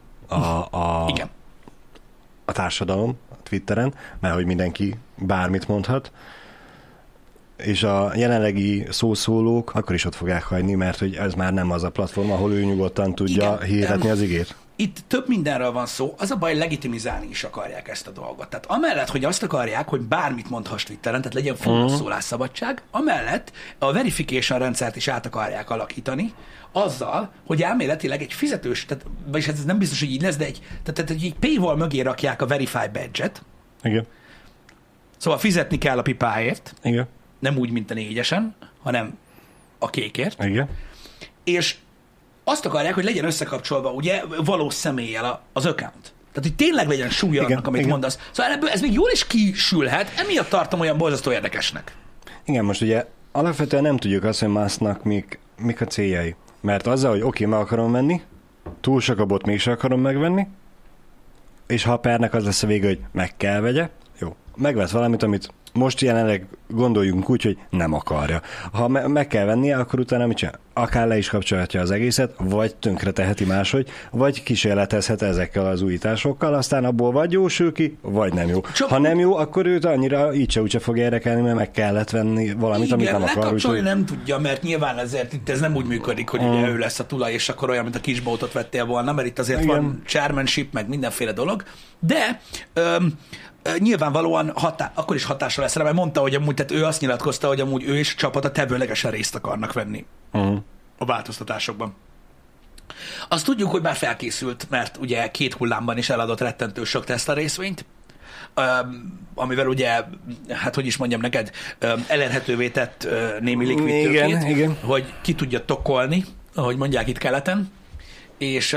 a társadalom a Twitteren, mert hogy mindenki bármit mondhat, és a jelenlegi szószólók akkor is ott fogják hagyni, mert hogy ez már nem az a platform, ahol ő nyugodtan tudja hirdetni az igét. Itt több mindenről van szó, az a baj, legitimizálni is akarják ezt a dolgot. Tehát amellett, hogy azt akarják, hogy bármit mondhass Twitteren, tehát legyen full szólásszabadság, amellett a verification rendszert is át akarják alakítani, azzal, hogy elméletileg egy fizetős, vagyis ez nem biztos, hogy így lesz, de egy paywall mögé rakják a Verify badge-et. Igen. Szóval fizetni kell a pipáért. Igen. Nem úgy, mint a 4-esen, hanem a kékért. Igen. És azt akarják, hogy legyen összekapcsolva ugye valós személlyel az account. Tehát, hogy tényleg legyen súlya annak, amit mondasz. Szóval ebből ez még jól is kisülhet, emiatt tartom olyan borzasztó érdekesnek. Igen, most ugye alapvetően nem tudjuk azt, hogy Musknak mik a céljai. Mert azzal, hogy oké, meg akarom venni, túl sok a bot, mégsem akarom megvenni, és ha a pernek az lesz a vége, hogy meg kell vegye, jó, megvett valamit, amit most jelenleg gondoljunk úgy, hogy nem akarja. Ha meg kell vennie, akkor utána mit csinál? Akár le is kapcsolhatja az egészet, vagy tönkre teheti máshogy, vagy kísérletezhet ezekkel az újításokkal, aztán abból vagy jó sül ki, vagy nem jó. Ha nem jó, akkor őt annyira így se fog érdekelni, mert meg kellett venni valamit, igen, amit nem akar. Lekapcsolni nem tudja, mert nyilván ezért itt ez nem úgy működik, hogy ugye ő lesz a tulaj, és akkor olyan, mint a kisbótot vettél volna, mert itt azért van chairmanship, meg mindenféle dolog, de nyilvánvalóan akkor is hatása lesz rá, mert mondta, hogy amúgy, tehát ő azt nyilatkozta, hogy amúgy ő és a csapata tevőlegesen részt akarnak venni a változtatásokban. Azt tudjuk, hogy már felkészült, mert ugye 2 hullámban is eladott rettentő sok Tesla részvényt, amivel ugye, hát hogy is mondjam neked, elérhetővé tett némi likvid tőkét, hogy ki tudja tokolni, ahogy mondják itt keleten, és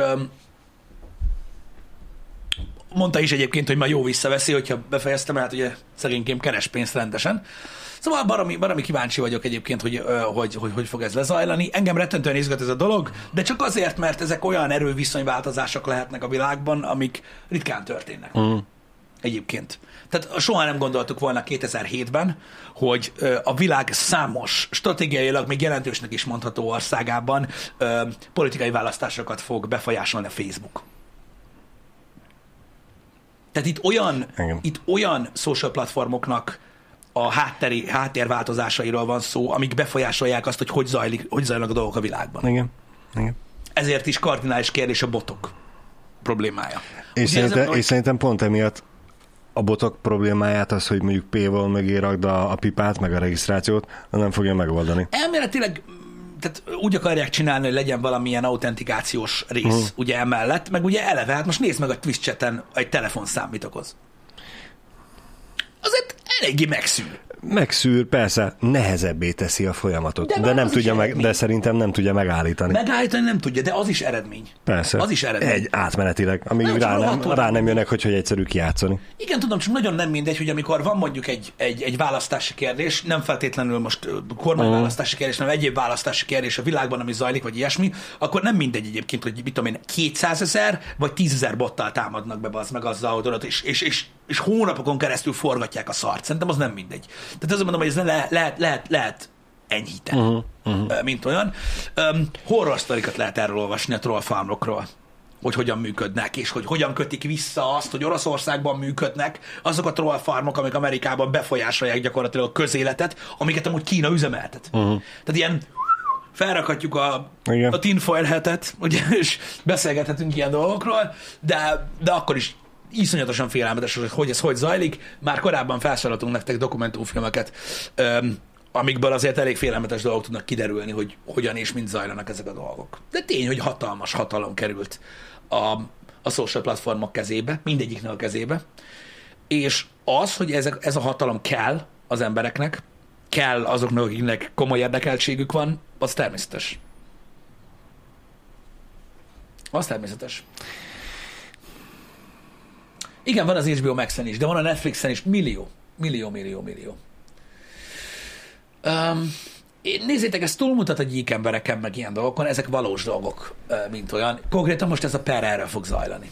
mondta is egyébként, hogy már jó visszaveszi, hogyha befejeztem, hát ugye szegénykém keres pénzt rendesen. Szóval baromi kíváncsi vagyok egyébként, hogy fog ez lezajlani. Engem rettentően izgat ez a dolog, de csak azért, mert ezek olyan erőviszonyváltozások lehetnek a világban, amik ritkán történnek. egyébként. Tehát soha nem gondoltuk volna 2007-ben, hogy a világ számos, stratégiailag még jelentősnek is mondható országában politikai választásokat fog befolyásolni a Facebook. Tehát itt olyan social platformoknak a háttérváltozásairól van szó, amik befolyásolják azt, hogy zajlanak a dolgok a világban. Igen. Ezért is kardinális kérdés a botok problémája. És szerintem pont emiatt a botok problémáját az, hogy mondjuk P-val mögé rakd a pipát, meg a regisztrációt, nem fogja megoldani. Elméletileg tehát úgy akarják csinálni, hogy legyen valamilyen autentikációs rész ugye emellett, meg ugye eleve, hát most nézd meg a Twitch chaten egy telefonszám mit okoz. Azért eléggé megszűr. Megszűr, persze, nehezebbé teszi a folyamatot, de szerintem nem tudja megállítani. Megállítani nem tudja, de az is eredmény. Persze. Az is eredmény. Egy átmenetileg, amíg rá nem jönnek, hogy egyszerű kijátszani. Igen, tudom, csak nagyon nem mindegy, hogy amikor van mondjuk egy választási kérdés, nem feltétlenül most kormányválasztási kérdés, hanem egyéb választási kérdés a világban, ami zajlik, vagy ilyesmi, akkor nem mindegy egyébként, hogy mit tudom én, 200 000 vagy 10 000 bottal támadnak be az meg azzal, hogy oda, és hónapokon keresztül forgatják a szart. Szerintem az nem mindegy. Tehát azt mondom, hogy ez lehet enyhíteni, mint olyan. Horror sztorikat lehet erről olvasni a troll farmokról, hogy hogyan működnek, és hogy hogyan kötik vissza azt, hogy Oroszországban működnek azok a troll farmok, amik Amerikában befolyásolják gyakorlatilag a közéletet, amiket amúgy Kína üzemeltet. Tehát ilyen felrakhatjuk a tinfoil hetet, ugye, és beszélgethetünk ilyen dolgokról, de akkor is iszonyatosan félelmetes, hogy ez hogy zajlik. Már korábban felsoroltunk nektek dokumentumfilmeket, amikből azért elég félelmetes dolgok tudnak kiderülni, hogy hogyan és mint zajlanak ezek a dolgok. De tény, hogy hatalmas hatalom került a social platformok kezébe, mindegyiknek a kezébe, és az, hogy ez a hatalom kell az embereknek, kell azoknak, akiknek komoly érdekeltségük van, az természetes. Az természetes. Igen, van az HBO Max-en is, de van a Netflixen is millió. Nézzétek, ez túlmutat a gyík embereken, meg ilyen dolgokon, ezek valós dolgok, mint olyan. Konkrétan most ez a per erre fog zajlani.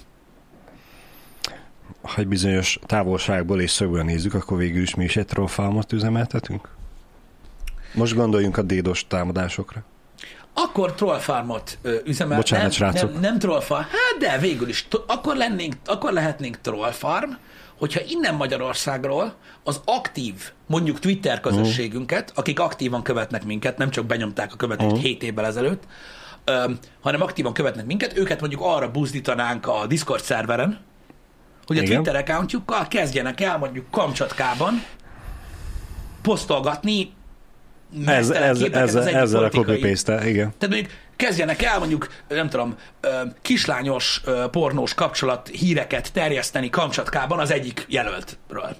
Ha egy bizonyos távolságból és szögből nézzük, akkor végül is mi is egy troll farmot üzemeltetünk? Most gondoljunk a DDoS támadásokra. Akkor troll farmot üzemeltetünk. Bocsánat, srácok. Nem troll farm, hát de végül is. Akkor lehetnénk troll farm, hogyha innen Magyarországról az aktív, mondjuk Twitter közösségünket, akik aktívan követnek minket, nem csak benyomták a követést 7 évvel ezelőtt, hanem aktívan követnek minket, őket mondjuk arra buzdítanánk a Discord szerveren, hogy a Twitter accountjukkal kezdjenek el mondjuk Kamcsatkában posztolgatni ezzel a copy-paste-tel, igen. Tehát mondjuk kezdjenek el mondjuk, nem tudom, kislányos, pornós kapcsolat híreket terjeszteni Kamcsatkában az egyik jelöltről.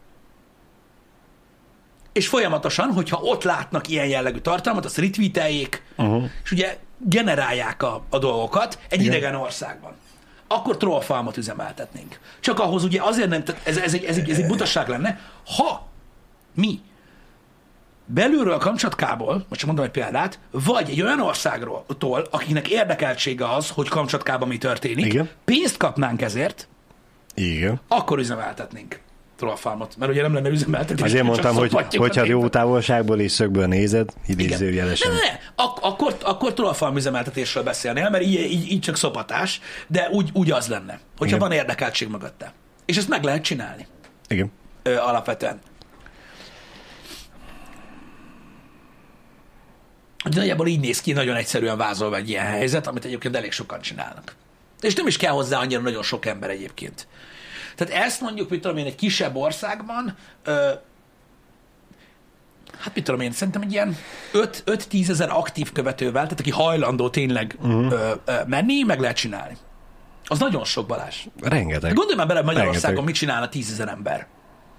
És folyamatosan, hogyha ott látnak ilyen jellegű tartalmat, azt retweeteljék, és ugye generálják a dolgokat egy idegen országban. Akkor troll farmot üzemeltetnénk. Csak ahhoz ugye azért nem, ez egy butaság lenne, ha mi belülről a Kamcsatkából, most csak mondom egy példát, vagy egy olyan országról, akiknek érdekeltsége az, hogy Kamcsatkában mi történik, igen, pénzt kapnánk ezért, igen, akkor üzemeltetnénk trollfarmot, mert ugye nem lenne üzemeltetés. Azért mondtam, hogyha jó távolságból és szögből nézed, idézőjelesen. Akkor trollfarm üzemeltetésről beszélnél, mert így csak szopatás, de úgy az lenne, hogyha van érdekeltség mögötte. És ezt meg lehet csinálni. Igen. Alapvetően. Nagyjából így néz ki, nagyon egyszerűen vázolva egy ilyen helyzet, amit egyébként elég sokan csinálnak. És nem is kell hozzá annyira nagyon sok ember egyébként. Tehát ezt mondjuk, mit tudom én, egy kisebb országban, hát mit tudom én, szerintem egy ilyen 5-10 ezer aktív követővel, tehát aki hajlandó tényleg menni, meg lehet csinálni. Az nagyon sok, Balázs. Rengeteg. Gondolj már bele, Magyarországon mit csinálna 10 000 ember.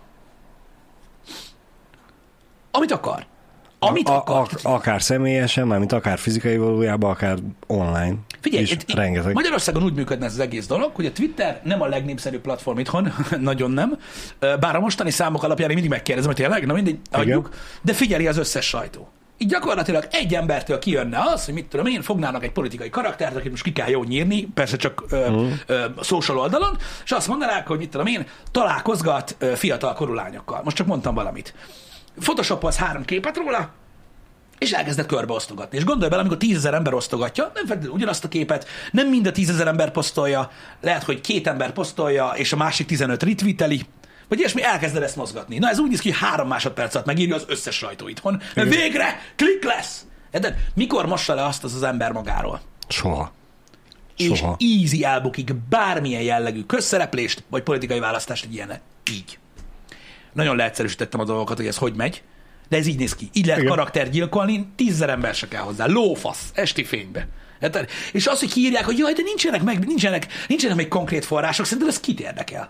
Amit akar. Akár személyesen, mármint akár fizikai valójában, akár online. Figyelj, rengeteg. Magyarországon úgy működne ez az egész dolog, hogy a Twitter nem a legnépszerűbb platform itthon, nagyon nem, bár a mostani számok alapján én mindig megkérdezem, hogy tényleg, na mindig adjuk, de figyeli az összes sajtó. így gyakorlatilag egy embertől kijönne az, hogy mit tudom én, fognának egy politikai karaktert, akit most ki kell jól nyírni, persze csak social oldalon, és azt mondanák, hogy mit tudom én, találkozgat fiatal korú lányokkal. Most csak mondtam valamit. Photoshopolsz 3 képet róla, és elkezdett körbeosztogatni. És gondolj bele, amikor 10 000 ember osztogatja, nem feltétlenül ugyanazt a képet, nem mind a 10 000 ember posztolja, lehet, hogy 2 ember posztolja, és a másik 15 retweeteli, vagy ilyesmi, elkezded ezt mozgatni. Na ez úgy néz ki, hogy 3 másodperc alatt megírja az összes sajtó itthon. Végre klik lesz! De mikor mossa le azt az ember magáról? Soha. És easy elbukik bármilyen jellegű közszereplést, vagy politikai választást egy ilyenek. Így. Nagyon leegyszerűsítettem a dolgokat, hogy ez hogy megy, de ez így néz ki. Így lehet karaktert gyilkolni, 10 000 ember se kell hozzá. Lófasz, esti fénybe. És az, hogy kiírják, hogy jaj, de nincsenek még konkrét források, szerintem ez kit érdekel?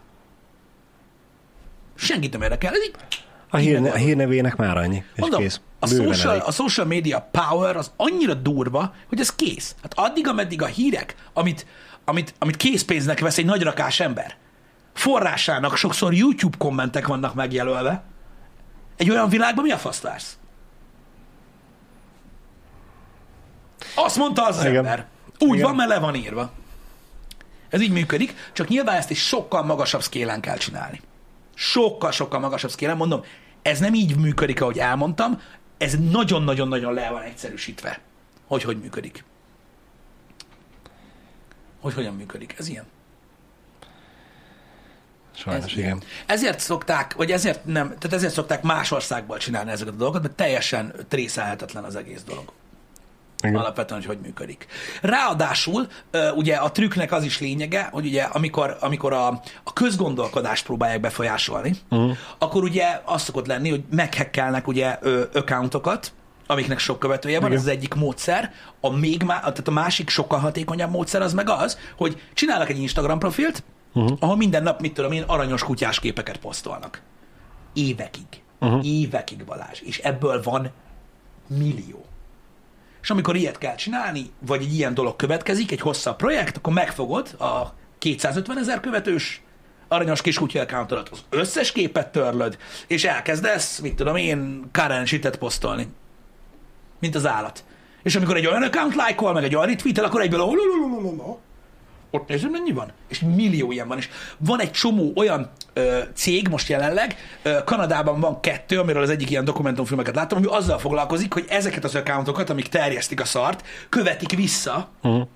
Senkit nem érdekel. Ez így, a hírnevének már annyi, és mondom, kész. A social media power az annyira durva, hogy ez kész. Hát addig, ameddig a hírek, amit készpénznek vesz egy nagy rakás ember, forrásának sokszor YouTube kommentek vannak megjelölve, egy olyan világban mi a fasz vársz? Azt mondta az ember. Úgy van, mert le van írva. Ez így működik, csak nyilván ezt egy sokkal magasabb szkélen kell csinálni. Sokkal magasabb szkélen. Mondom, ez nem így működik, ahogy elmondtam, ez nagyon-nagyon-nagyon le van egyszerűsítve, hogy működik. Hogyan működik. Ez ilyen. Sajnos, igen. Ezért szokták, vagy ezért nem, tehát ezért szokták más országból csinálni ezeket a dolgokat, mert teljesen trészelhetetlen az egész dolog. Igen. Alapvetően, hogy működik. Ráadásul ugye a trükknek az is lényege, hogy ugye amikor a közgondolkodást próbálják befolyásolni, akkor ugye az szokott lenni, hogy ugye accountokat, amiknek sok követője van, ez az egyik módszer. Tehát a másik sokkal hatékonyabb módszer az meg az, hogy csinálnak egy Instagram profilt, ahol minden nap, mit tudom én, aranyos kutyás képeket posztolnak. Évekig. Évekig, Balázs. És ebből van millió. És amikor ilyet kell csinálni, vagy egy ilyen dolog következik, egy hosszabb projekt, akkor megfogod a 250 000 követős aranyos kis kutya accountodat, az összes képet törlöd, és elkezdesz, mit tudom én, Karen shit-et posztolni. Mint az állat. És amikor egy olyan account like-ol, meg egy olyan retweetel, akkor egyből ott nézem, mennyi van? És millió ilyen van. És van egy csomó olyan cég most jelenleg, Kanadában van 2, amiről az egyik ilyen dokumentumfilmeket láttam, ami azzal foglalkozik, hogy ezeket az accountokat, amik terjesztik a szart, követik vissza,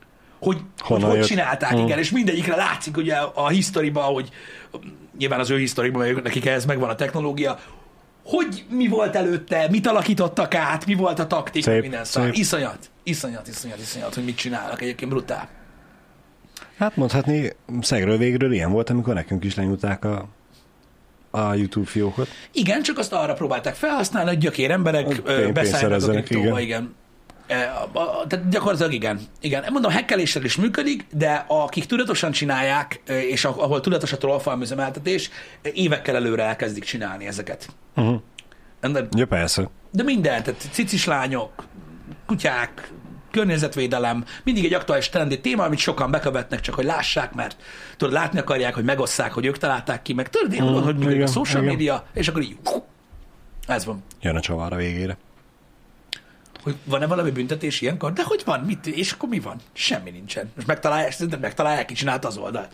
hogy csinálták, igen, és mindegyikre látszik ugye a historyban, hogy nyilván az ő historyban, mert nekik ehhez megvan a technológia, hogy mi volt előtte, mit alakítottak át, mi volt a taktika, minden szar. Iszonyat, hogy mit csinálnak, egyébként brutál. Hát mondhatni, szegről végről ilyen volt, amikor nekünk is lenyúlták a YouTube fiókot. Igen, csak azt arra próbálták felhasználni, hogy gyökér emberek beszállnak a kriptóba, igen. Tehát gyakorlatilag igen. Mondom, hackeléssel is működik, de akik tudatosan csinálják, és ahol tudatos a trollfarmüzemeltetés, évekkel előre elkezdik csinálni ezeket. Ja, persze. De minden, tehát cicis lányok, kutyák, környezetvédelem, mindig egy aktuális trendi téma, amit sokan bekövetnek, csak hogy lássák, mert tudod, látni akarják, hogy megosszák, hogy ők találták ki, meg tudod, hogy működik a social media, és akkor így, ez van. Jön a csavar a végére. Hogy van-e valami büntetés ilyenkor? De hogy van? Mit? És akkor mi van? Semmi nincsen. Most megtalálják, ki csinálta az oldalt.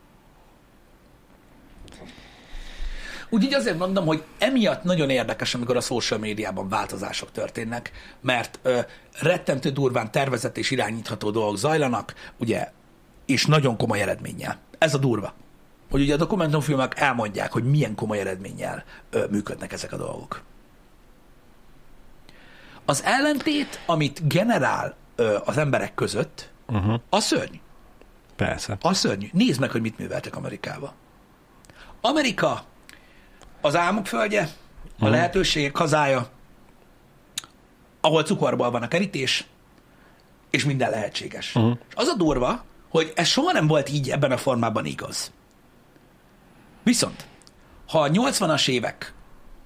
Úgyhogy azért mondom, hogy emiatt nagyon érdekes, amikor a social médiában változások történnek, mert rettentő durván tervezett és irányítható dolgok zajlanak, ugye, és nagyon komoly eredménnyel. Ez a durva. Hogy ugye a dokumentumfilmek elmondják, hogy milyen komoly eredménnyel működnek ezek a dolgok. Az ellentét, amit generál az emberek között, a szörnyű. Persze. A szörnyű. Nézd meg, hogy mit műveltek Amerikába. Amerika az álmok földje, a lehetőségek hazája, ahol cukorból van a kerítés, és minden lehetséges. És az a durva, hogy ez soha nem volt így ebben a formában igaz. Viszont, ha a 80-as évek,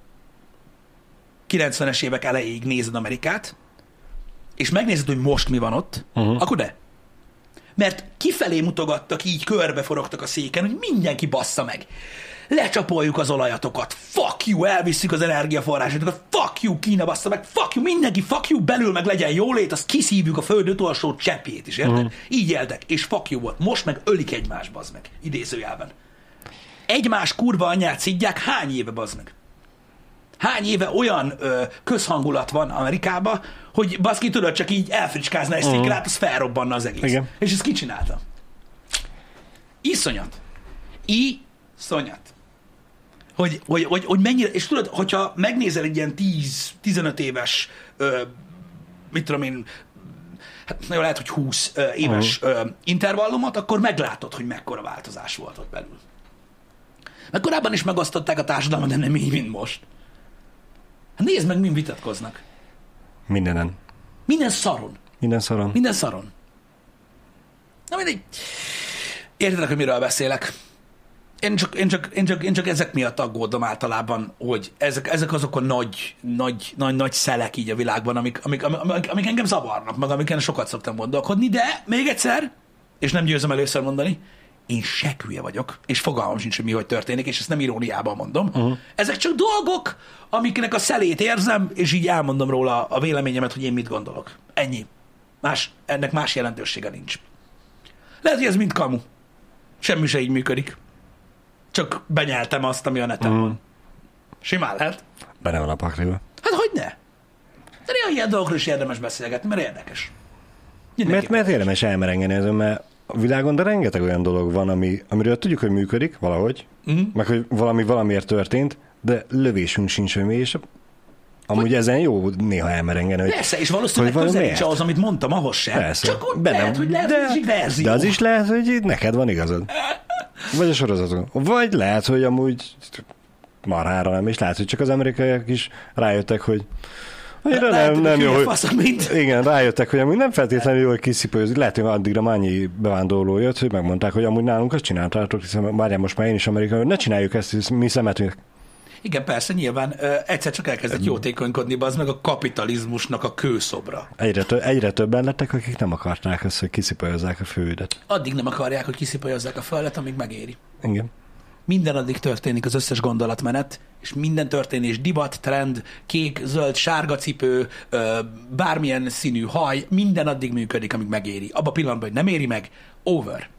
90-es évek elejéig nézed Amerikát, és megnézed, hogy most mi van ott, akkor de. mert kifelé mutogattak, így körbeforogtak a széken, hogy mindenki bassza meg. Lecsapoljuk az olajatokat, fuck you, elvisszük az energiaforrásokat, fuck you, Kína bassza meg, fuck you, mindenki, fuck you, belül meg legyen jólét, azt kiszívjuk a föld utolsó cseppjét is, érted? Így éltek, és fuck you volt. Most meg ölik egymást, bazd meg, idézőjelben. Egymás kurva anyját szidják, hány éve, bazd meg? Hány éve olyan közhangulat van Amerikában, hogy baszki, tudod, csak így elfricskázna egy szikrát, az felrobbanna az egész. Igen. És ezt kicsinálta. Iszonyat. Iszonyat. Hogy mennyire, és tudod, hogyha megnézel egy ilyen 10-15 éves, mit tudom én, hát nagyon lehet, hogy 20 éves intervallumot, akkor meglátod, hogy mekkora változás volt ott belül. Mert korábban is megosztották a társadalmat, de nem így, mint most. Hát nézd meg, min vitatkoznak. Mindenen. Minden szaron. Minden szaron. Minden szaron. Na mindegy. Értedek, hogy miről beszélek. Én csak ezek miatt aggódom általában, hogy ezek azok a nagy szelek így a világban, amik engem zavarnak, meg amiken sokat szoktam gondolkodni, de még egyszer, és nem győzöm először mondani, én se hülye vagyok, és fogalmam sincs, hogy mi hogy történik, és ezt nem iróniában mondom. Ezek csak dolgok, amiknek a szelét érzem, és így elmondom róla a véleményemet, hogy én mit gondolok. Ennyi. Ennek más jelentősége nincs. Lehet, hogy ez mind kamu. Semmi se így működik. Csak benyeltem azt, ami a neten van. Simán lehet. Benne van a pakliba. Hát hogyne? De néha ilyen dolgokról is érdemes beszélgetni, mert érdekes. Mert érdemes elmerengeni ezen, mert a világon de rengeteg olyan dolog van, amiről tudjuk, hogy működik valahogy, meg hogy valamiért történt, de lövésünk sincs, hogy mi, és amúgy ezen jó néha elmerengeni. Hogy, persze, és valószínűleg közel nincs ahhoz, amit mondtam, ahhoz sem. Persze. Csak úgy lehet, hogy ez egy verzió. De az is lehet, hogy neked van igazad. Vagy a sorozaton. Vagy lehet, hogy amúgy marhára nem, és lehet, hogy csak az amerikaiak is rájöttek, hogy nem jó, hogy... Igen, rájöttek, hogy amúgy nem feltétlenül jó, hogy kiszipolyozik. Lehet, hogy addigra annyi bevándorló jött, hogy megmondták, hogy amúgy nálunk azt csináltátok, hiszen várjál, most már én is amerikai, hogy ne csináljuk ezt, mi szemetünk. Igen, persze, nyilván egyszer csak elkezdett jótékonykodni, az meg a kapitalizmusnak a kőszobra. Egyre többen lettek, akik nem akarták azt, hogy kiszipolyozzák a földet. Addig nem akarják, hogy kiszipolyozzák a földet, amíg megéri. Igen. Minden addig történik az összes gondolatmenet, és minden történés, divat, trend, kék, zöld, sárga cipő, bármilyen színű haj, minden addig működik, amíg megéri. Abba a pillanatban, hogy nem éri meg, over.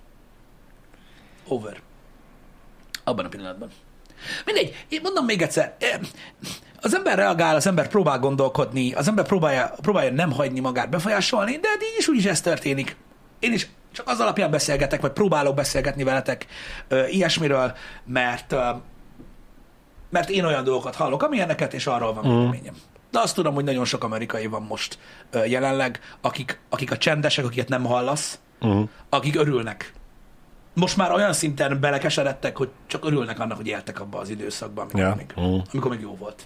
Abban a pillanatban. Mindegy, én mondom még egyszer, az ember reagál, az ember próbál gondolkodni, az ember próbálja nem hagyni magát befolyásolni, de így is úgyis ez történik. Én is csak az alapján beszélgetek, vagy próbálok beszélgetni veletek ilyesmiről, mert én olyan dolgokat hallok, amilyeneket, és arról van véleményem. De azt tudom, hogy nagyon sok amerikai van most jelenleg, akik a csendesek, akiket nem hallasz, akik örülnek. Most már olyan szinten belekeseredtek, hogy csak örülnek annak, hogy éltek abba az időszakban, amikor még jó volt.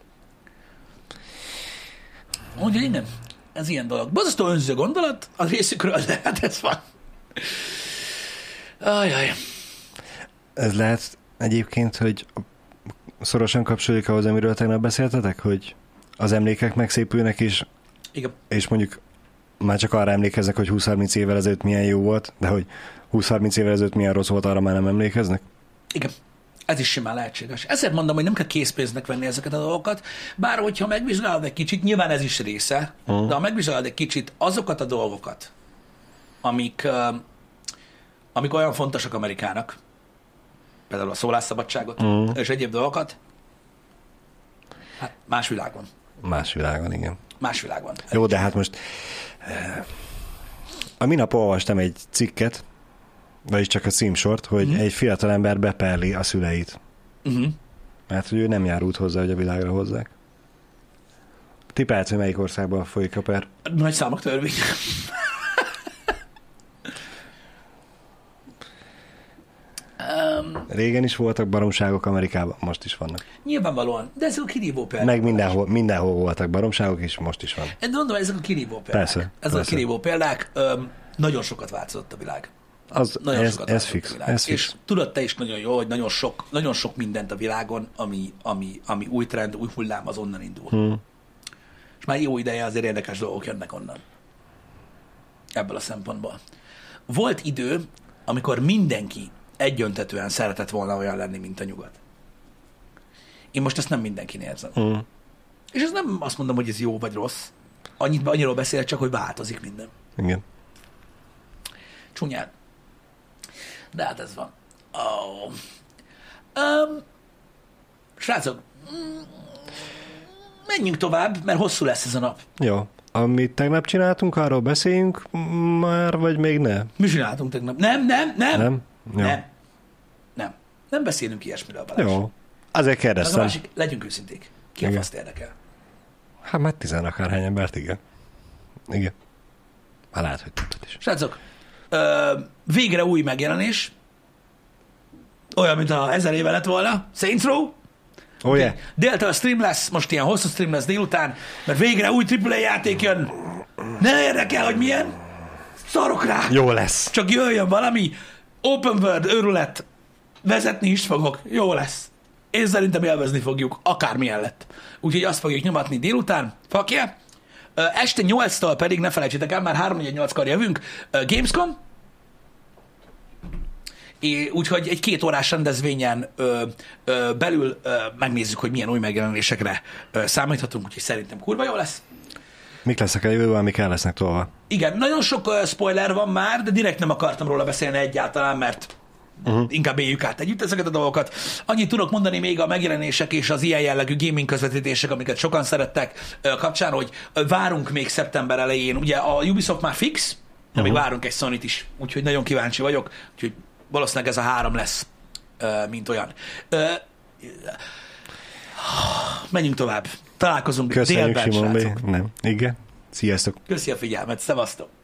Úgyhogy innen, ez ilyen dolog. Borzasztó önző gondolat a részükről, de hát ez van. Ajaj. Ez lehet egyébként, hogy szorosan kapcsolódik ahhoz, amiről tegnap beszéltetek, hogy az emlékek megszépülnek, és mondjuk már csak arra emlékeznek, hogy 20-30 évvel ezelőtt milyen jó volt, de hogy 20-30 évvel ezelőtt milyen rossz volt, arra már nem emlékeznek? Igen. Ez is simán lehetséges. Ezért mondom, hogy nem kell készpénznek venni ezeket a dolgokat, bár hogyha megvizsgálod egy kicsit, nyilván ez is része, de ha megvizsgálod egy kicsit azokat a dolgokat, amik olyan fontosak Amerikának, például a szólásszabadságot és egyéb dolgokat, hát más világon. Más világon, igen. Más világon. Jó, de hát most a minap olvastam egy cikket, vagyis csak a címsort, hogy egy fiatalember beperli a szüleit. Mert hogy ő nem járult hozzá, hogy a világra hozzák. Tippelsz, hogy melyik országban folyik a per? Nagy számok törvény. Régen is voltak baromságok Amerikában, most is vannak. Nyilvánvalóan, de ezek a kirívó példák. Meg mindenhol voltak baromságok, és most is van. De mondom, ezek a kirívó példák. Persze. Ezek a kirívó példák, nagyon sokat változott a világ. Ez fix. És tudod te is nagyon jó, hogy nagyon sok mindent a világon, ami új trend, új hullám, az onnan indul. És már jó ideje azért érdekes dolgok jönnek onnan. Ebből a szempontból. volt idő, amikor mindenki egyöntetően szeretett volna olyan lenni, mint a nyugat. Én most ezt nem mindenkin érzem. És ez nem azt mondom, hogy ez jó vagy rossz. Annyiról beszél, csak hogy változik minden. Igen. Csúnyán. De hát ez van. Oh. Srácok, menjünk tovább, mert hosszú lesz ez a nap. Jó. Amit tegnap csináltunk, arról beszéljünk már, vagy még ne? Mi csináltunk tegnap? Nem. Jó. Nem beszélünk ilyesmiről, Balázs. Jó. Azért kérdeztem. A másik, legyünk őszinték. Ki a faszt érdekel? Hát már 10 akárhány embert, igen. Igen. Már lehet, hogy tudtad is. Srácok, végre új megjelenés. Olyan, mint ha 1000 éve lett volna. Saints Row. Oh, yeah. Déltől stream lesz, most ilyen hosszú stream lesz délután, mert végre új AAA játék jön. Ne érdekel, hogy milyen. Szarok rá. Jó lesz. Csak jöjjön valami. Open world, őrület. Vezetni is fogok. Jó lesz. Én szerintem élvezni fogjuk, akármilyen lett. Úgyhogy azt fogjuk nyomatni délután. Fuck yeah. Este 8-tól pedig, ne felejtsétek el, már 3-4-8-kor jövünk, Gamescom. Úgyhogy egy 2 órás rendezvényen belül megnézzük, hogy milyen új megjelenésekre számíthatunk, úgyhogy szerintem kurva jó lesz. Mik lesznek a jövőben, amik el lesznek tolva? Igen, nagyon sok spoiler van már, de direkt nem akartam róla beszélni egyáltalán, mert inkább éljük át együtt ezeket a dolgokat. Annyit tudok mondani még a megjelenések és az ilyen jellegű gaming közvetítések, amiket sokan szerettek kapcsán, hogy várunk még szeptember elején. Ugye a Ubisoft már fix, de még várunk egy Sony-t is, úgyhogy nagyon kíváncsi vagyok, úgyhogy valószínűleg ez a 3 lesz, mint olyan. Menjünk tovább. Találkozunk délben, srácok. Nem. Igen. Sziasztok. Köszi a figyelmet. Szevasztok.